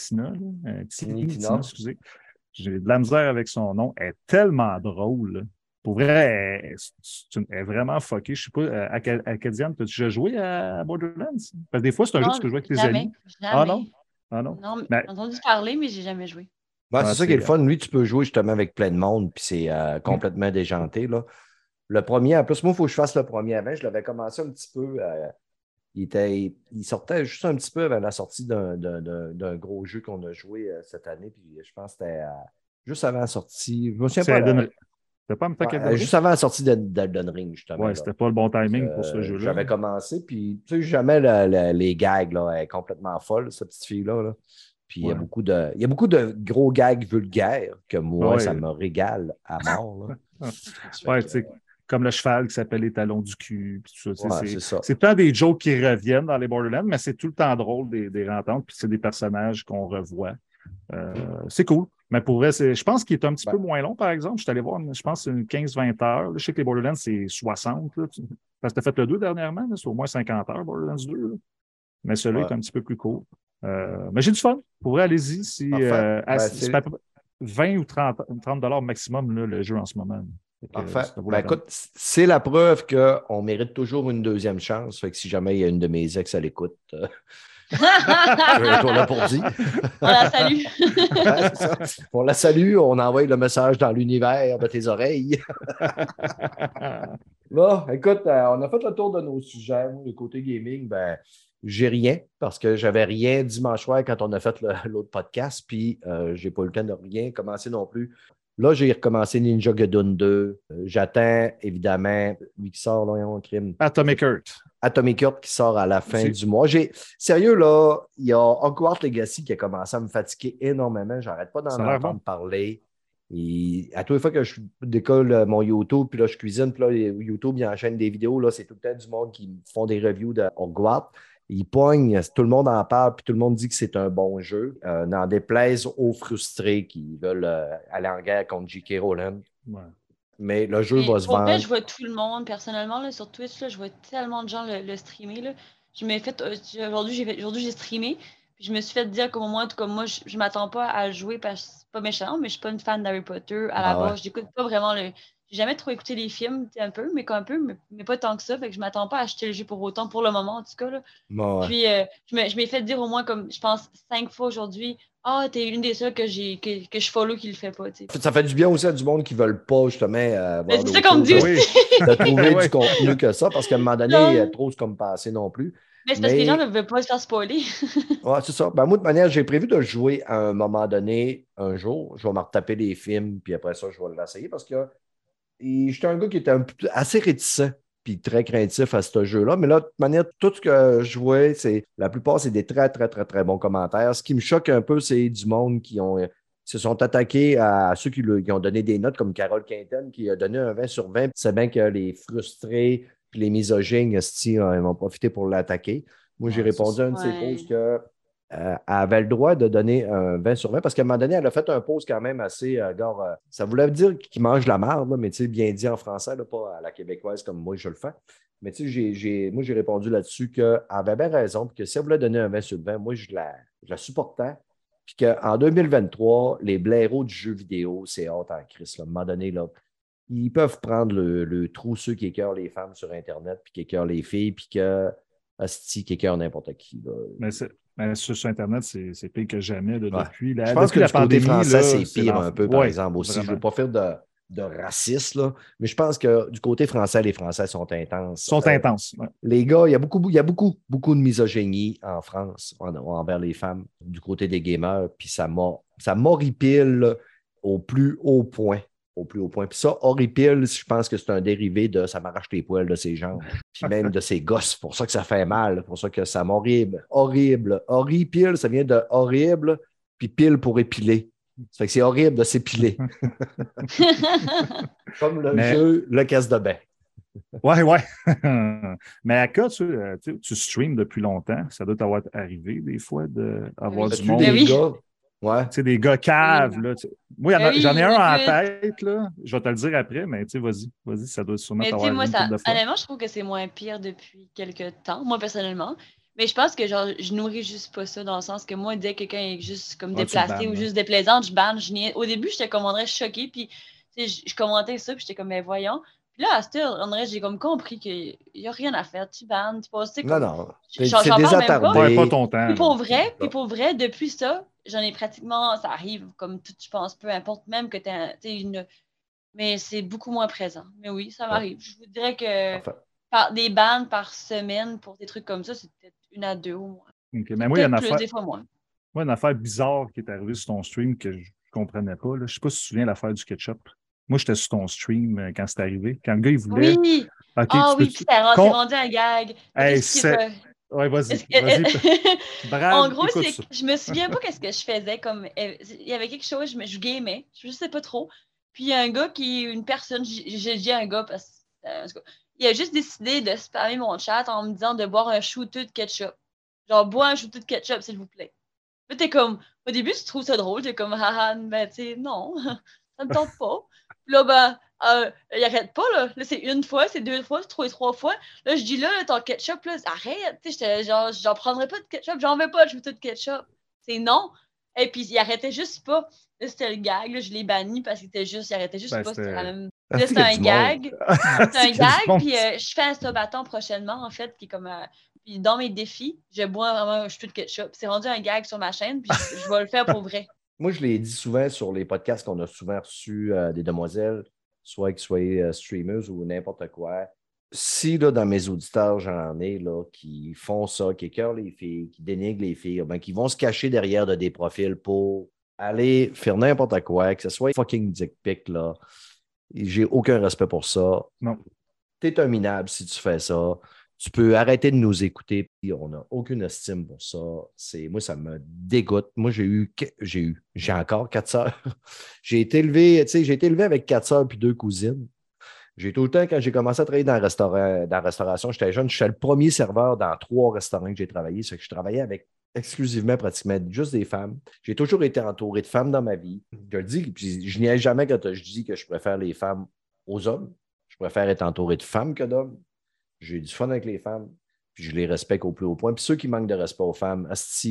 excusez. J'ai de la misère avec son nom. Elle est tellement drôle. Là. Pour vrai, elle est vraiment fuckée. Je ne sais pas, Acadiane, as-tu déjà joué à Borderlands? Parce que des fois, c'est un jeu que tu peux jouer avec tes amis. Ah non? Ah non? Non, j'ai entendu parler, mais je n'ai jamais joué. Ouais, c'est ça qui est le fun. Lui, tu peux jouer justement avec plein de monde, puis c'est complètement déjanté. Là. Le premier, en plus, moi, il faut que je fasse le premier avant. Je l'avais commencé un petit peu. Il sortait juste un petit peu avant la sortie d'un gros jeu qu'on a joué cette année. Puis je pense que c'était juste avant la sortie. Je me souviens pas. C'était pas en même temps qu'Elden Ring? Juste avant la sortie d'Elden Ring, justement. Oui, c'était pas le bon timing pour ce jeu-là. J'avais commencé, puis tu sais, jamais les gags, là, elle est complètement folle, cette petite fille-là. Là. Puis il y a beaucoup de gros gags vulgaires que moi, ça me régale à mort. Oui, tu sais, comme le cheval qui s'appelle les talons du cul. Tout ça, c'est ça. C'est tant des jokes qui reviennent dans les Borderlands, mais c'est tout le temps drôle des rencontres, puis c'est des personnages qu'on revoit. C'est cool. Mais pour vrai, je pense qu'il est un petit peu moins long, par exemple. Je suis allé voir, je pense, une 15-20 heures. Là, je sais que les Borderlands, c'est 60. Là. Parce que tu as fait le 2 dernièrement, là, c'est au moins 50 heures, Borderlands 2. Là. Mais celui-là est un petit peu plus court. Mais j'ai du fun. Pour vrai, allez-y. C'est 20 ou 30 maximum, là, le jeu en ce moment. Parfait. Écoute, c'est la preuve qu'on mérite toujours une deuxième chance. Fait que si jamais il y a une de mes ex à l'écoute, je vais être là pour dire. On la salue. On la salue, on envoie le message dans l'univers de tes oreilles. Bon, écoute, on a fait le tour de nos sujets. Le côté gaming, j'ai rien parce que j'avais rien dimanche soir quand on a fait l'autre podcast, puis j'ai pas eu le temps de rien commencer non plus. Là, j'ai recommencé Ninja Gaiden 2. J'attends, évidemment, lui qui sort, là, en crime. Atomic Heart qui sort à la fin du mois. Sérieux, là, il y a Hogwarts Legacy qui a commencé à me fatiguer énormément. J'arrête pas d'en entendre parler. Et à toutes les fois que je décolle mon YouTube, puis là, je cuisine, puis là, YouTube, il enchaîne des vidéos. Là, c'est tout le temps du monde qui font des reviews de Hogwarts. Il pogne, tout le monde en parle, puis tout le monde dit que c'est un bon jeu. N'en déplaise aux frustrés qui veulent aller en guerre contre J.K. Rowling. Ouais. Mais le jeu va se vendre. Fait, je vois tout le monde, personnellement, là, sur Twitch, là, je vois tellement de gens le streamer. Là. Aujourd'hui, j'ai streamé. Puis je me suis fait dire comme moi, je m'attends pas à le jouer parce que c'est pas méchant, mais je suis pas une fan d'Harry Potter. À la base, j'écoute pas vraiment J'ai jamais trop écouté les films, un peu, mais pas tant que ça. Fait que je m'attends pas à acheter le jeu pour autant, pour le moment, en tout cas. Là. Puis je m'ai fait dire au moins, comme je pense, 5 fois aujourd'hui, t'es une des seules que je follow qui le fait pas. T'sais. Ça fait du bien aussi à du monde qui ne veulent pas, justement, c'est ça qu'on me dit aussi. De trouver du contenu que ça, parce qu'à un moment donné, trop se comme passer non plus. Mais c'est parce que les gens ne veulent pas se faire spoiler. Oui, c'est ça. Moi, de manière, j'ai prévu de jouer à un moment donné, un jour. Je vais me retaper les films, puis après ça, je vais l'essayer parce que j'étais un gars qui était assez réticent puis très craintif à ce jeu-là. Mais là, de toute manière, tout ce que je vois, la plupart, c'est des très, très, très, très bons commentaires. Ce qui me choque un peu, c'est du monde qui ont se sont attaqués à ceux qui ont donné des notes, comme Carole Quinten, qui a donné un 20 sur 20. C'est bien que les frustrés et les misogynes, ils vont profiter pour l'attaquer. Moi, j'ai répondu à une de ses posts que elle avait le droit de donner un 20 sur 20 parce qu'à un moment donné, elle a fait un post quand même assez. Ça voulait dire qu'il mange la marde, là, mais bien dit en français, là, pas à la québécoise comme moi je le fais. Mais moi, j'ai répondu là-dessus qu'elle avait bien raison, puis que si elle voulait donner un 20 sur 20, moi, je la supportais. Puis qu'en 2023, les blaireaux du jeu vidéo, c'est honte en Christ. Là. À un moment donné, là, ils peuvent prendre le trou, ceux qui écœurent les femmes sur Internet, puis qui écœurent les filles, puis qui écœurent n'importe qui. Là. Mais sur Internet, c'est pire que jamais depuis. Je pense que la du côté pandémie, français, là, c'est pire un peu, par exemple, aussi. Vraiment. Je ne veux pas faire de racisme, là, mais je pense que du côté français, les Français sont intenses. Intenses. Ouais. Les gars, il y a beaucoup de misogynie en France envers les femmes du côté des gamers, puis ça m'horripile au plus haut point. Puis ça, horripile, je pense que c'est un dérivé de ça m'arrache les poils de ces jambes, puis même de ces gosses. C'est pour ça que ça fait mal, pour ça que ça m'horrible. Horrible. Horripile, ça vient de horrible, puis pile pour épiler. Ça fait que c'est horrible de s'épiler. Comme le jeu Le Caisse de bain. Ouais. Mais Aka, tu streams depuis longtemps. Ça doit t'avoir arrivé des fois d'avoir du monde. Des gars? Ouais. Tu sais, des gars caves. Là, moi, j'en ai un en tête. Là. Je vais te le dire après, mais tu sais, vas-y, ça doit sûrement t'avoir arrivé une couple de fois. Honnêtement, je trouve que c'est moins pire depuis quelques temps, moi, personnellement. Mais je pense que genre, je nourris juste pas ça, dans le sens que moi, dès que quelqu'un est juste comme déplacé ou juste déplaisant, je banne. Au début, j'étais comme, on dirait, choquée, puis je commentais ça, puis j'étais comme, mais voyons. Puis là, à ce on dirait, j'ai comme compris qu'il n'y a rien à faire. Tu bannes, tu passes, tu sais, comme... Non. C'est désattardé. Pas ton temps. Puis pour vrai, depuis ça, j'en ai pratiquement... Ça arrive, comme tout, je pense, peu importe, même que tu aies une... Mais c'est beaucoup moins présent. Mais oui, ça m'arrive. Je vous dirais que des bannes par semaine pour des trucs comme ça, c'est peut-être 1 à 2 au moins. Okay. Mais moi, il y a une affaire... des fois moins. Moi, une affaire bizarre qui est arrivée sur ton stream que je ne comprenais pas. Là. Je ne sais pas si tu te souviens de l'affaire du ketchup. Moi, j'étais sur ton stream quand c'est arrivé. Quand le gars, il voulait... Oui! Okay, puis c'est rendu un gag. Hey, ouais, vas-y. En gros, je me souviens pas qu'est-ce que je faisais. Comme il y avait quelque chose, je gamais, je sais pas trop. Puis il y a un gars une personne, j'ai dit un gars parce que il a juste décidé de spammer mon chat en me disant de boire un shooter de ketchup. Genre, bois un shooter de ketchup, s'il vous plaît. Puis t'es comme, au début, tu trouves ça drôle, t'es comme, haha, ben, tu sais, non, ça me tente pas. Puis là, il arrête pas, là. Là, c'est 1 fois, c'est 2 fois, c'est 3 fois. Là, je dis, là, ton ketchup, là, arrête. Tu sais, j'étais genre, j'en prendrais pas de ketchup, j'en veux pas, je veux tout de ketchup. C'est non. Et puis, il arrêtait juste pas. Là, c'était le gag, là, je l'ai banni parce qu'il arrêtait juste pas. C'était la même. Là, c'était un gag. C'était un gag, puis je fais un stop-bâton prochainement, en fait, qui est comme. Puis dans mes défis, je bois vraiment un chute de ketchup. C'est rendu un gag sur ma chaîne, puis je vais le faire pour vrai. Moi, je l'ai dit souvent sur les podcasts qu'on a souvent reçus des demoiselles, soit qu'ils soient streamers ou n'importe quoi. Si là, dans mes auditeurs, j'en ai là, qui font ça, qui écœurent les filles, qui dénigrent les filles, ben, qui vont se cacher derrière des profils pour aller faire n'importe quoi, que ce soit fucking dick pic, là. J'ai aucun respect pour ça. Non. T'es un minable si tu fais ça. Tu peux arrêter de nous écouter. On n'a aucune estime pour ça. Moi, ça me dégoûte. Moi, j'ai encore 4 sœurs. J'ai été élevé avec 4 sœurs puis 2 cousines. J'ai tout le temps, quand j'ai commencé à travailler dans la restauration, j'étais jeune, je suis le premier serveur dans 3 restaurants que j'ai travaillé. C'est que je travaillais avec exclusivement, pratiquement, juste des femmes. J'ai toujours été entouré de femmes dans ma vie. Je le dis, puis je n'y ai jamais quand je dis que je préfère les femmes aux hommes. Je préfère être entouré de femmes que d'hommes. J'ai du fun avec les femmes, puis je les respecte au plus haut point. Puis ceux qui manquent de respect aux femmes,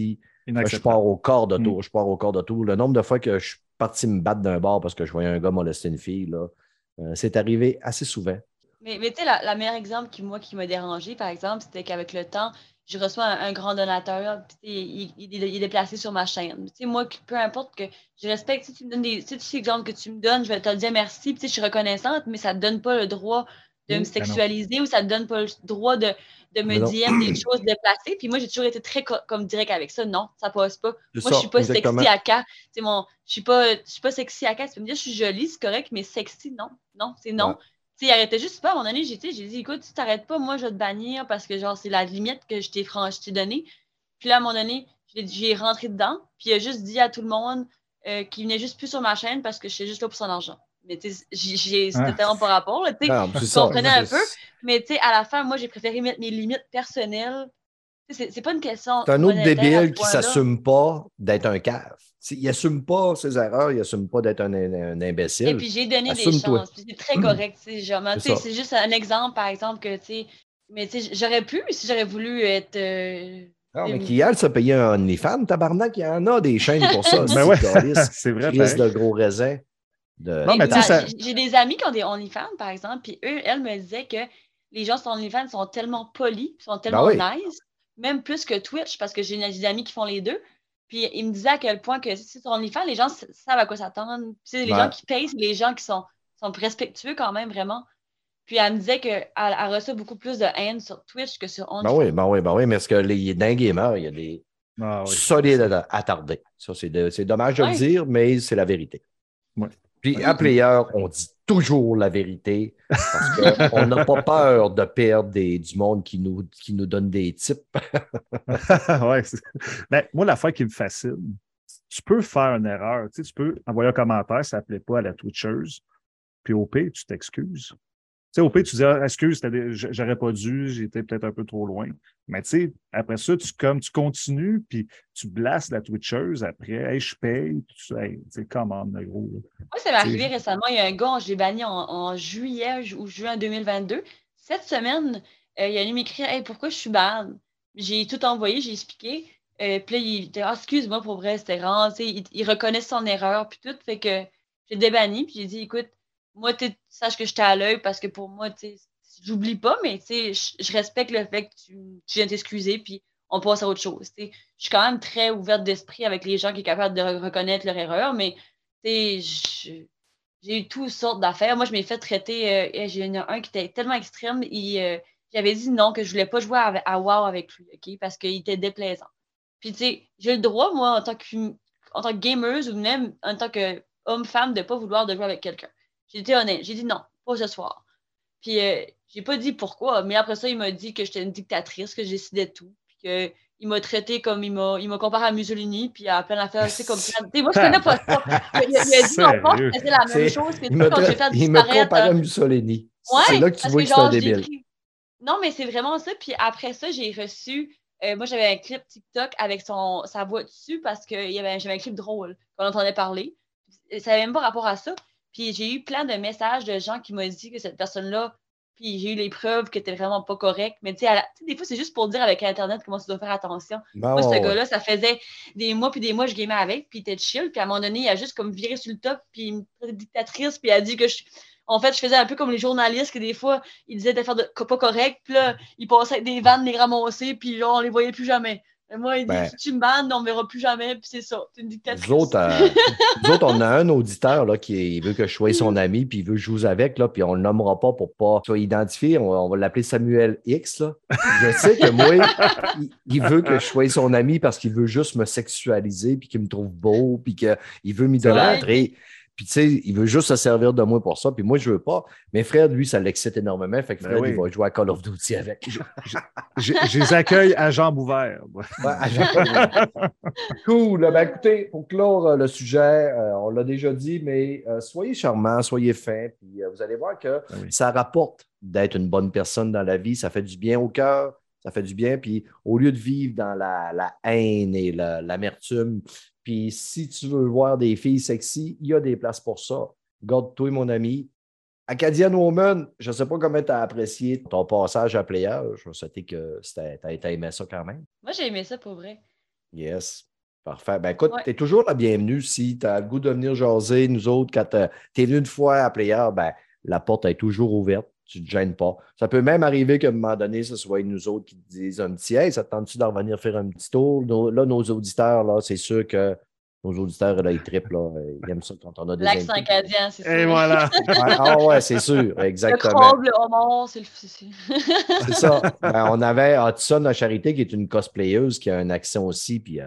je pars au quart de tour. Je pars au quart de tour. Le nombre de fois que je suis parti me battre d'un bar parce que je voyais un gars molester une fille, là, c'est arrivé assez souvent. Mais tu sais, la meilleure exemple qui m'a dérangé, par exemple, c'était qu'avec le temps, je reçois un grand donateur, puis il est déplacé sur ma chaîne. Tu sais, moi, peu importe que je respecte, si tu me donnes ces exemples que tu me donnes, je vais te le dire merci, puis je suis reconnaissante, mais ça ne te donne pas le droit de me sexualiser ou ça ne te donne pas le droit de me dire des choses déplacées. Puis moi, j'ai toujours été très comme direct avec ça. Non, ça passe pas. Moi, je suis pas sexy à cas. Je suis pas sexy à cas. Tu peux me dire, je suis jolie, c'est correct, mais sexy, non. Non, c'est non. Tu sais, il arrêtait juste pas. À un moment donné, j'ai dit, écoute, si t'arrêtes pas, moi, je vais te bannir parce que, genre, c'est la limite que je t'ai donnée. Puis là, à un moment donné, j'ai rentré dedans. Puis il a juste dit à tout le monde, qui venait juste plus sur ma chaîne parce que je suis juste là pour son argent. Mais tu sais, c'était tellement pas rapport. Tu comprenais un peu. Mais tu sais, à la fin, moi, j'ai préféré mettre mes limites personnelles. C'est pas une question. C'est un autre débile qui s'assume pas d'être un cave. Il assume pas ses erreurs, il assume pas d'être un imbécile. Et puis j'ai donné des chances. C'est très correct. C'est juste un exemple, par exemple, que tu sais. Mais tu sais, j'aurais pu, si j'aurais voulu être. Non, mais qui a se payer un OnlyFans, tabarnak, il y en a des chaînes pour ça. Ben ouais, c'est vrai. Crise de gros raisins. Non, mais ça... J'ai des amis qui ont des OnlyFans, par exemple, puis elles me disaient que les gens sur OnlyFans sont tellement polis, sont tellement nice, même plus que Twitch, parce que j'ai des amis qui font les deux. Puis ils me disaient à quel point que sur OnlyFans, les gens savent à quoi s'attendre. Les gens qui payent, c'est les gens qui sont respectueux quand même, vraiment. Puis elle me disait qu'elle reçoit beaucoup plus de haine sur Twitch que sur OnlyFans. Ben oui, mais parce que dans les gamers, il y a des solides attardés. Ça, c'est dommage de le dire, mais c'est la vérité. Ouais. Puis à Player, on dit toujours la vérité parce qu'on n'a pas peur de perdre du monde qui nous donne des tips. Ben, moi, l'affaire qui me fascine, tu peux faire une erreur. Tu peux envoyer un commentaire, ça ne plaît pas à la Twitcheuse, puis au pire, tu t'excuses. Tu sais, au pire, tu dis, excuse, j'aurais pas dû, j'étais peut-être un peu trop loin. Mais tu sais, après ça, tu continues, puis tu blastes la Twitcheuse après, hey, je paye, tu sais, comment, gros. Moi, ça m'est arrivé récemment. Il y a un gars, je l'ai banni en juillet ou juin 2022. Cette semaine, il a venu m'écrire, hey, pourquoi je suis ban? J'ai tout envoyé, j'ai expliqué. Puis là, il était, excuse-moi, pour vrai, c'était rare. Il reconnaît son erreur, puis tout. Fait que j'ai débanni, puis j'ai dit, écoute, moi, sache que j'étais à l'œil parce que pour moi, j'oublie pas, mais je respecte le fait que tu viens t'excuser puis on passe à autre chose. Je suis quand même très ouverte d'esprit avec les gens qui sont capables de reconnaître leur erreur, mais j'ai eu toutes sortes d'affaires. Moi, je m'ai fait traiter. J'ai eu un qui était tellement extrême. J'avais dit non, que je voulais pas jouer à WoW avec lui, OK, parce qu'il était déplaisant. Puis, tu sais, j'ai le droit, moi, en tant que gameuse ou même en tant qu'homme-femme, de pas vouloir de jouer avec quelqu'un. J'ai été honnête. J'ai dit non, pas ce soir. Puis, j'ai pas dit pourquoi, mais après ça, il m'a dit que j'étais une dictatrice, que je décidais de tout. Puis qu'il m'a traité comme il m'a comparé à Mussolini, puis à plein d'affaires. Tu sais, comme moi, je connais pas ça. Il a dit non, pas que c'était la même chose. Puis quand j'ai fait il m'a comparé à Mussolini. Ouais, c'est là que tu vois que c'est un débile. Non, mais c'est vraiment ça. Puis après ça, j'ai reçu. Moi, j'avais un clip TikTok avec sa voix dessus parce que j'avais un clip drôle qu'on entendait parler. Ça n'avait même pas rapport à ça. Puis j'ai eu plein de messages de gens qui m'ont dit que cette personne-là, puis j'ai eu les preuves que t'es vraiment pas correct. Mais tu sais, des fois, c'est juste pour dire avec Internet comment tu dois faire attention. Moi, ce gars-là, ça faisait des mois puis des mois, je gamais avec, puis il était chill. Puis à un moment donné, il a juste comme viré sur le top, puis il me faisait dictatrice, puis il a dit que en fait, je faisais un peu comme les journalistes, que des fois, ils disaient d'affaires pas correctes, puis là, ils passaient avec des vannes, les ramasser, puis là, on les voyait plus jamais. Et moi, il dit, tu me bannes, on ne verra plus jamais, puis c'est ça, c'est une dictatrice. Nous autres, on a un auditeur là, qui veut que je sois son ami, puis il veut que je joue avec, là, puis on ne le nommera pas pour pas soit identifié. On va l'appeler Samuel X. Là. Je sais que moi, il veut que je sois son ami parce qu'il veut juste me sexualiser, puis qu'il me trouve beau, puis qu'il veut m'idolâtrer. Puis, tu sais, il veut juste se servir de moi pour ça. Puis moi, je veux pas. Mais Fred, lui, ça l'excite énormément. Fait que Fred, il va jouer à Call of Duty avec. Je les accueille à jambes ouvertes. Ouais, à jambes ouvertes. Cool. Ben, écoutez, pour clore le sujet, on l'a déjà dit, mais soyez charmants, soyez fins. Puis vous allez voir que ça rapporte d'être une bonne personne dans la vie. Ça fait du bien au cœur. Ça fait du bien. Puis au lieu de vivre dans la haine et l'amertume, puis si tu veux voir des filles sexy, il y a des places pour ça. Garde-toi, mon ami. Acadian Woman, je ne sais pas comment tu as apprécié ton passage à Player. Je sais que tu as aimé ça quand même. Moi, j'ai aimé ça pour vrai. Yes. Parfait. Ben écoute, tu es toujours la bienvenue. Si tu as le goût de venir jaser, nous autres, quand tu es venu une fois à Player, ben, la porte est toujours ouverte. Tu ne te gênes pas. Ça peut même arriver qu'à un moment donné, ce soit nous autres qui te disent un petit « Hey, ça te tente-tu d'en revenir faire un petit tour? » Là, nos auditeurs, là, c'est sûr que nos auditeurs, là, ils trippent, là. Ils aiment ça quand on a des l'accent acadien, c'est ça. Et voilà. Ouais, c'est sûr, exactement. Le crabe, le homard, c'est C'est ça. Ben, on avait Hudson à Charité, qui est une cosplayeuse, qui a un accent aussi, puis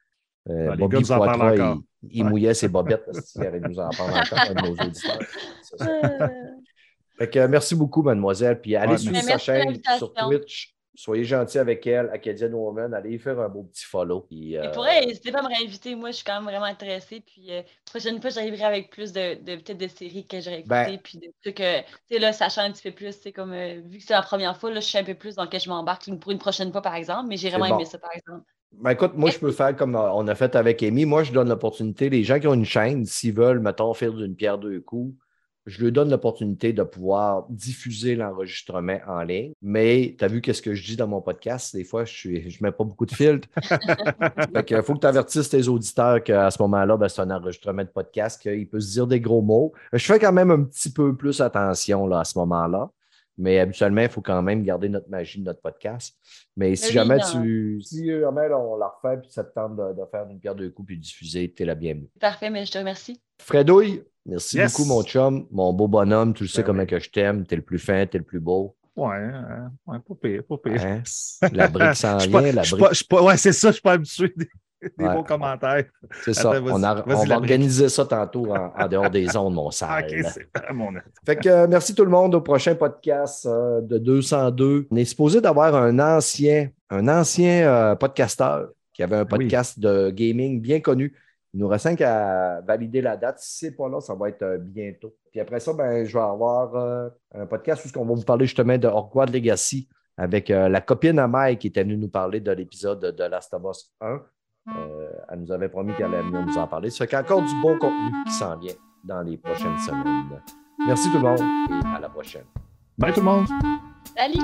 Bobby Poitras, il mouillait ses bobettes, parce qu'il avait nous en parler encore, un de nos auditeurs. Fait que, merci beaucoup, mademoiselle. Puis allez suivre sa chaîne sur Twitch. soyez gentils avec elle, Acadian Woman, allez y faire un beau petit follow. Puis, Et pour elle, n'hésitez pas à me réinviter. Moi, je suis quand même vraiment intéressée. Puis, prochaine fois, j'arriverai avec plus peut-être de séries que j'aurais écoutées. Puis, de trucs, tu sais, là, sachant un petit peu plus, c'est comme, vu que c'est la première fois, là, je sais un peu plus dans lequel je m'embarque pour une prochaine fois, par exemple. Mais j'ai vraiment aimé ça, par exemple. Ben écoute, moi, je peux faire comme on a fait avec Amy. Moi, je donne l'opportunité. Les gens qui ont une chaîne, s'ils veulent, mettons, faire d'une pierre deux coups, je leur donne l'opportunité de pouvoir diffuser l'enregistrement en ligne. Mais tu as vu qu'est-ce que je dis dans mon podcast? Des fois, je ne mets pas beaucoup de filtres. Fait que, faut que tu avertisses tes auditeurs qu'à ce moment-là, ben, c'est un enregistrement de podcast, qu'il peut se dire des gros mots. Je fais quand même un petit peu plus attention là, à ce moment-là. Mais habituellement, il faut quand même garder notre magie de notre podcast. Mais si jamais on la refait puis ça te tente de faire une pierre deux coups puis de diffuser, t'es la bienvenue. Parfait, mais je te remercie. Fredouille, merci beaucoup, mon chum, mon beau bonhomme. Tu le sais comment que je t'aime. T'es le plus fin, t'es le plus beau. Ouais, pas pire, pas pire. Hein? La brique s'en vient, la brique. Ouais, c'est ça, je suis pas habitué des bons commentaires. C'est ça. On va organiser ça tantôt en dehors des ondes, mon sale. OK, c'est mon Fait que merci tout le monde au prochain podcast de 202. On est supposé d'avoir un ancien podcasteur qui avait un podcast de gaming bien connu. Il nous reste qu'à valider la date. Si ce n'est pas là, ça va être bientôt. Puis après ça, ben, je vais avoir un podcast où on va vous parler justement de Hogwarts Legacy avec la copine à Mike qui était venue nous parler de l'épisode de Last of Us 1. Elle nous avait promis qu'elle allait venir nous en parler. Ça fait qu'il y a encore du bon contenu qui s'en vient dans les prochaines semaines. Merci tout le monde et à la prochaine. Bye tout le monde. Salut!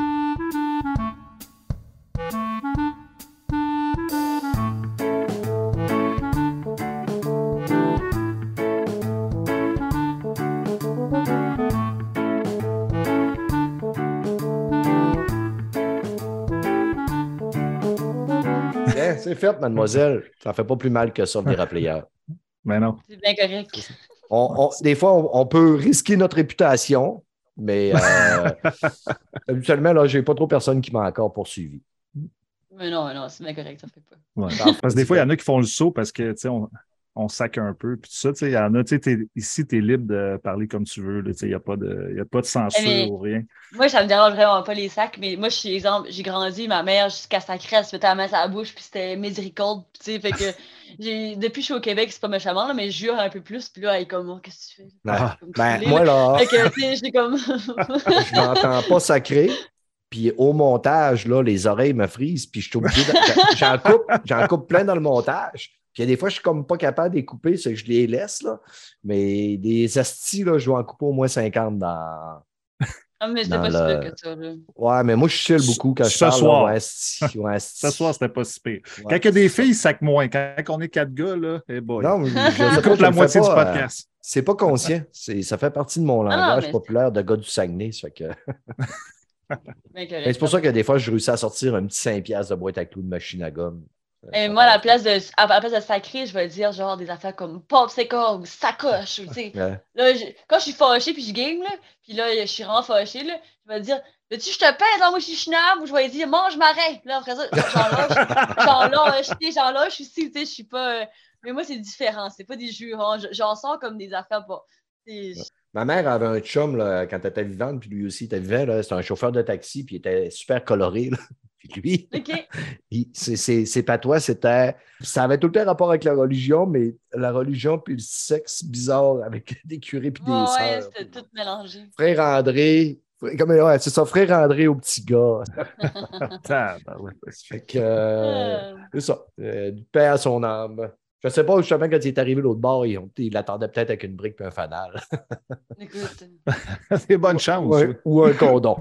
Bien, c'est fait, mademoiselle. Ça ne fait pas plus mal que ça, venir appeler hier. Mais non. C'est bien correct. Des fois, on peut risquer notre réputation, mais habituellement, là, je n'ai pas trop personne qui m'a encore poursuivi. Mais non, c'est bien correct, ça ne fait pas. Ouais. Parce que des fois, il y en a qui font le saut parce que, tu sais, on sac un peu. Puis tout ça, tu sais, il y en a, tu sais, ici, tu es libre de parler comme tu veux. Tu sais, il n'y a pas de censure ou rien. Moi, ça me dérange vraiment pas les sacs, mais moi, exemple, j'ai grandi, ma mère, jusqu'à sacrer, elle se mettait la main à la bouche, puis c'était miséricorde. Tu sais, fait que depuis que je suis au Québec, c'est pas méchamment, là, mais je jure un peu plus, puis là, elle est comme, oh, qu'est-ce que tu fais? Moi, là, fait que, tu sais, j'étais comme. Je n'entends pas sacrer. Puis au montage, là, les oreilles me frisent, puis je suis obligé j'en coupe plein dans le montage. Puis il y a des fois, je suis comme pas capable de les couper, c'est que je les laisse, là. Mais des astis, là, je dois en couper au moins 50 dans. Ah, mais c'était pas si pire que ça, là. Ouais, mais moi, je chill beaucoup quand je parle. Soir. Là, Ce soir, c'était pas si pire. Ouais, quand il y a des filles, ils sacent moins. Quand on est 4 gars, là, boy. Non, je coupe la moitié du podcast. C'est pas conscient. Ça fait partie de mon langage populaire de gars du Saguenay. Ça fait que. C'est pour ça que des fois, je réussis à sortir un petit 5$ de boîte à clous de machine à gomme. Moi, à la place de sacrer, je vais dire genre des affaires comme popsicle ou sacoche. Ou, là, quand je suis fâchée puis je game, là, puis là, je suis vraiment fâchée, là, je vais dire veux-tu que je te pèse dans mon chichinable ou je vais dire mange ma reine. Là, après ça, j'en lâche aussi, tu sais, je suis pas. Mais moi, c'est différent, c'est pas des jurons. J'en sors comme des affaires pas. Ma mère avait un chum là, quand elle était vivante, puis lui aussi était vivant. C'était un chauffeur de taxi, puis il était super coloré. Là. Puis lui, ses patois, c'était. Ça avait tout le temps rapport avec la religion, mais la religion puis le sexe bizarre avec des curés puis des sœurs. Ouais, c'était tout mélangé. Frère André. C'est ça, frère André au petit gars. Fait que. C'est ça. Du paix à son âme. Je ne sais pas justement quand il est arrivé l'autre bord, il l'attendait peut-être avec une brique et un fanal. Écoute. C'est bonne chance. Ou un condom.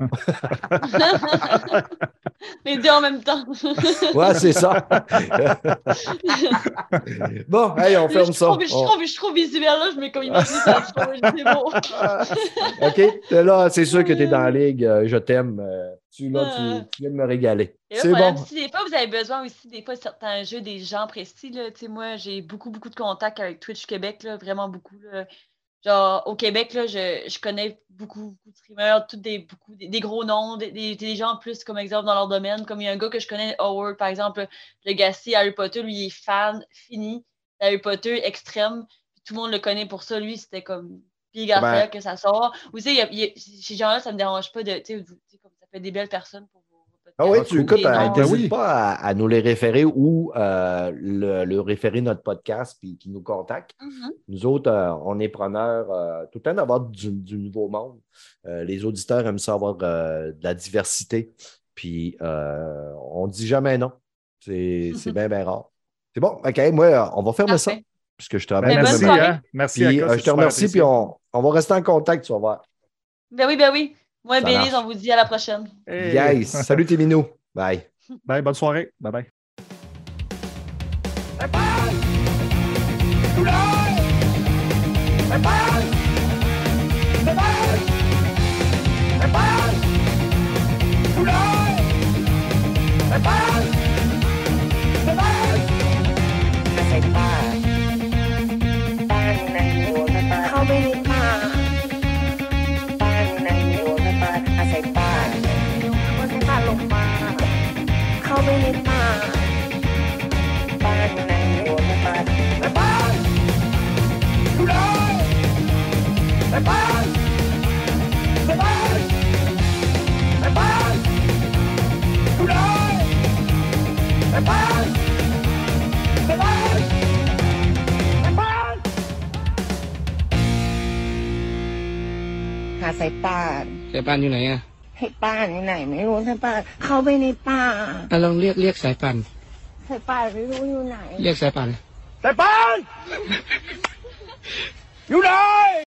Les deux en même temps. Ouais, c'est ça. Bon, hey, on ferme ça. Je suis trop visuel, là. Je mets comme imaginer ça. C'est beau. OK. Là, c'est sûr que tu es dans la ligue. Je t'aime. Tu viens de me régaler. C'est bon. Si des fois, vous avez besoin aussi, des fois, certains jeux, des gens précis, là. Tu sais, moi, j'ai beaucoup de contacts avec Twitch Québec, là. Vraiment beaucoup, là. Genre, au Québec, là, je connais beaucoup de streamers, des gros noms, des gens plus, comme exemple, dans leur domaine. Comme il y a un gars que je connais, Howard, par exemple, Legacy, Harry Potter, lui, il est fan fini d'Harry Potter extrême. Puis tout le monde le connaît pour ça. Lui, c'était comme big affaire que ça sort. Ou tu sais, ces gens-là, ça me dérange pas de, tu sais, comme ça fait des belles personnes pour vos podcasts. Ah oui, cool. écoute, Ben n'hésite oui. pas à nous les référer ou le référer notre podcast puis qui nous contacte. Mhm. Nous autres, on est preneurs tout le temps d'avoir du nouveau monde. Les auditeurs aiment ça avoir de la diversité. Puis on ne dit jamais non. C'est bien, bien rare. C'est bon, OK, moi, on va fermer ça. Parfait. Puisque je Ben, travaille. bonne merci, soirée. hein? Merci, Puis, Aka, je te remercie, puis on va rester en contact, tu vas voir. Ben oui. Moi, Ça Bélise, marche. on vous dit à la prochaine. Hey. Yes! Salut tes minous. Bye. Bye, bonne soirée. Bye-bye. เข้าไปในป่าบ้านในโรงพยาบาลอาศัยป่าคนในป่าลงมาเข้าไปในป่าบ้านในโรงพยาบาลบ้านดูแลบ้านบ้านบ้านดูแลบ้านบ้าน หาสายป่านสายป่านอยู่ไหนอ่ะให้ป่านอยู่ไหนไม่รู้สายป่านเข้าไปในป่าลองเรียกสายป่านสายป่านไม่รู้อยู่ไหนเรียกสายป่านสายป่านอยู่ไหน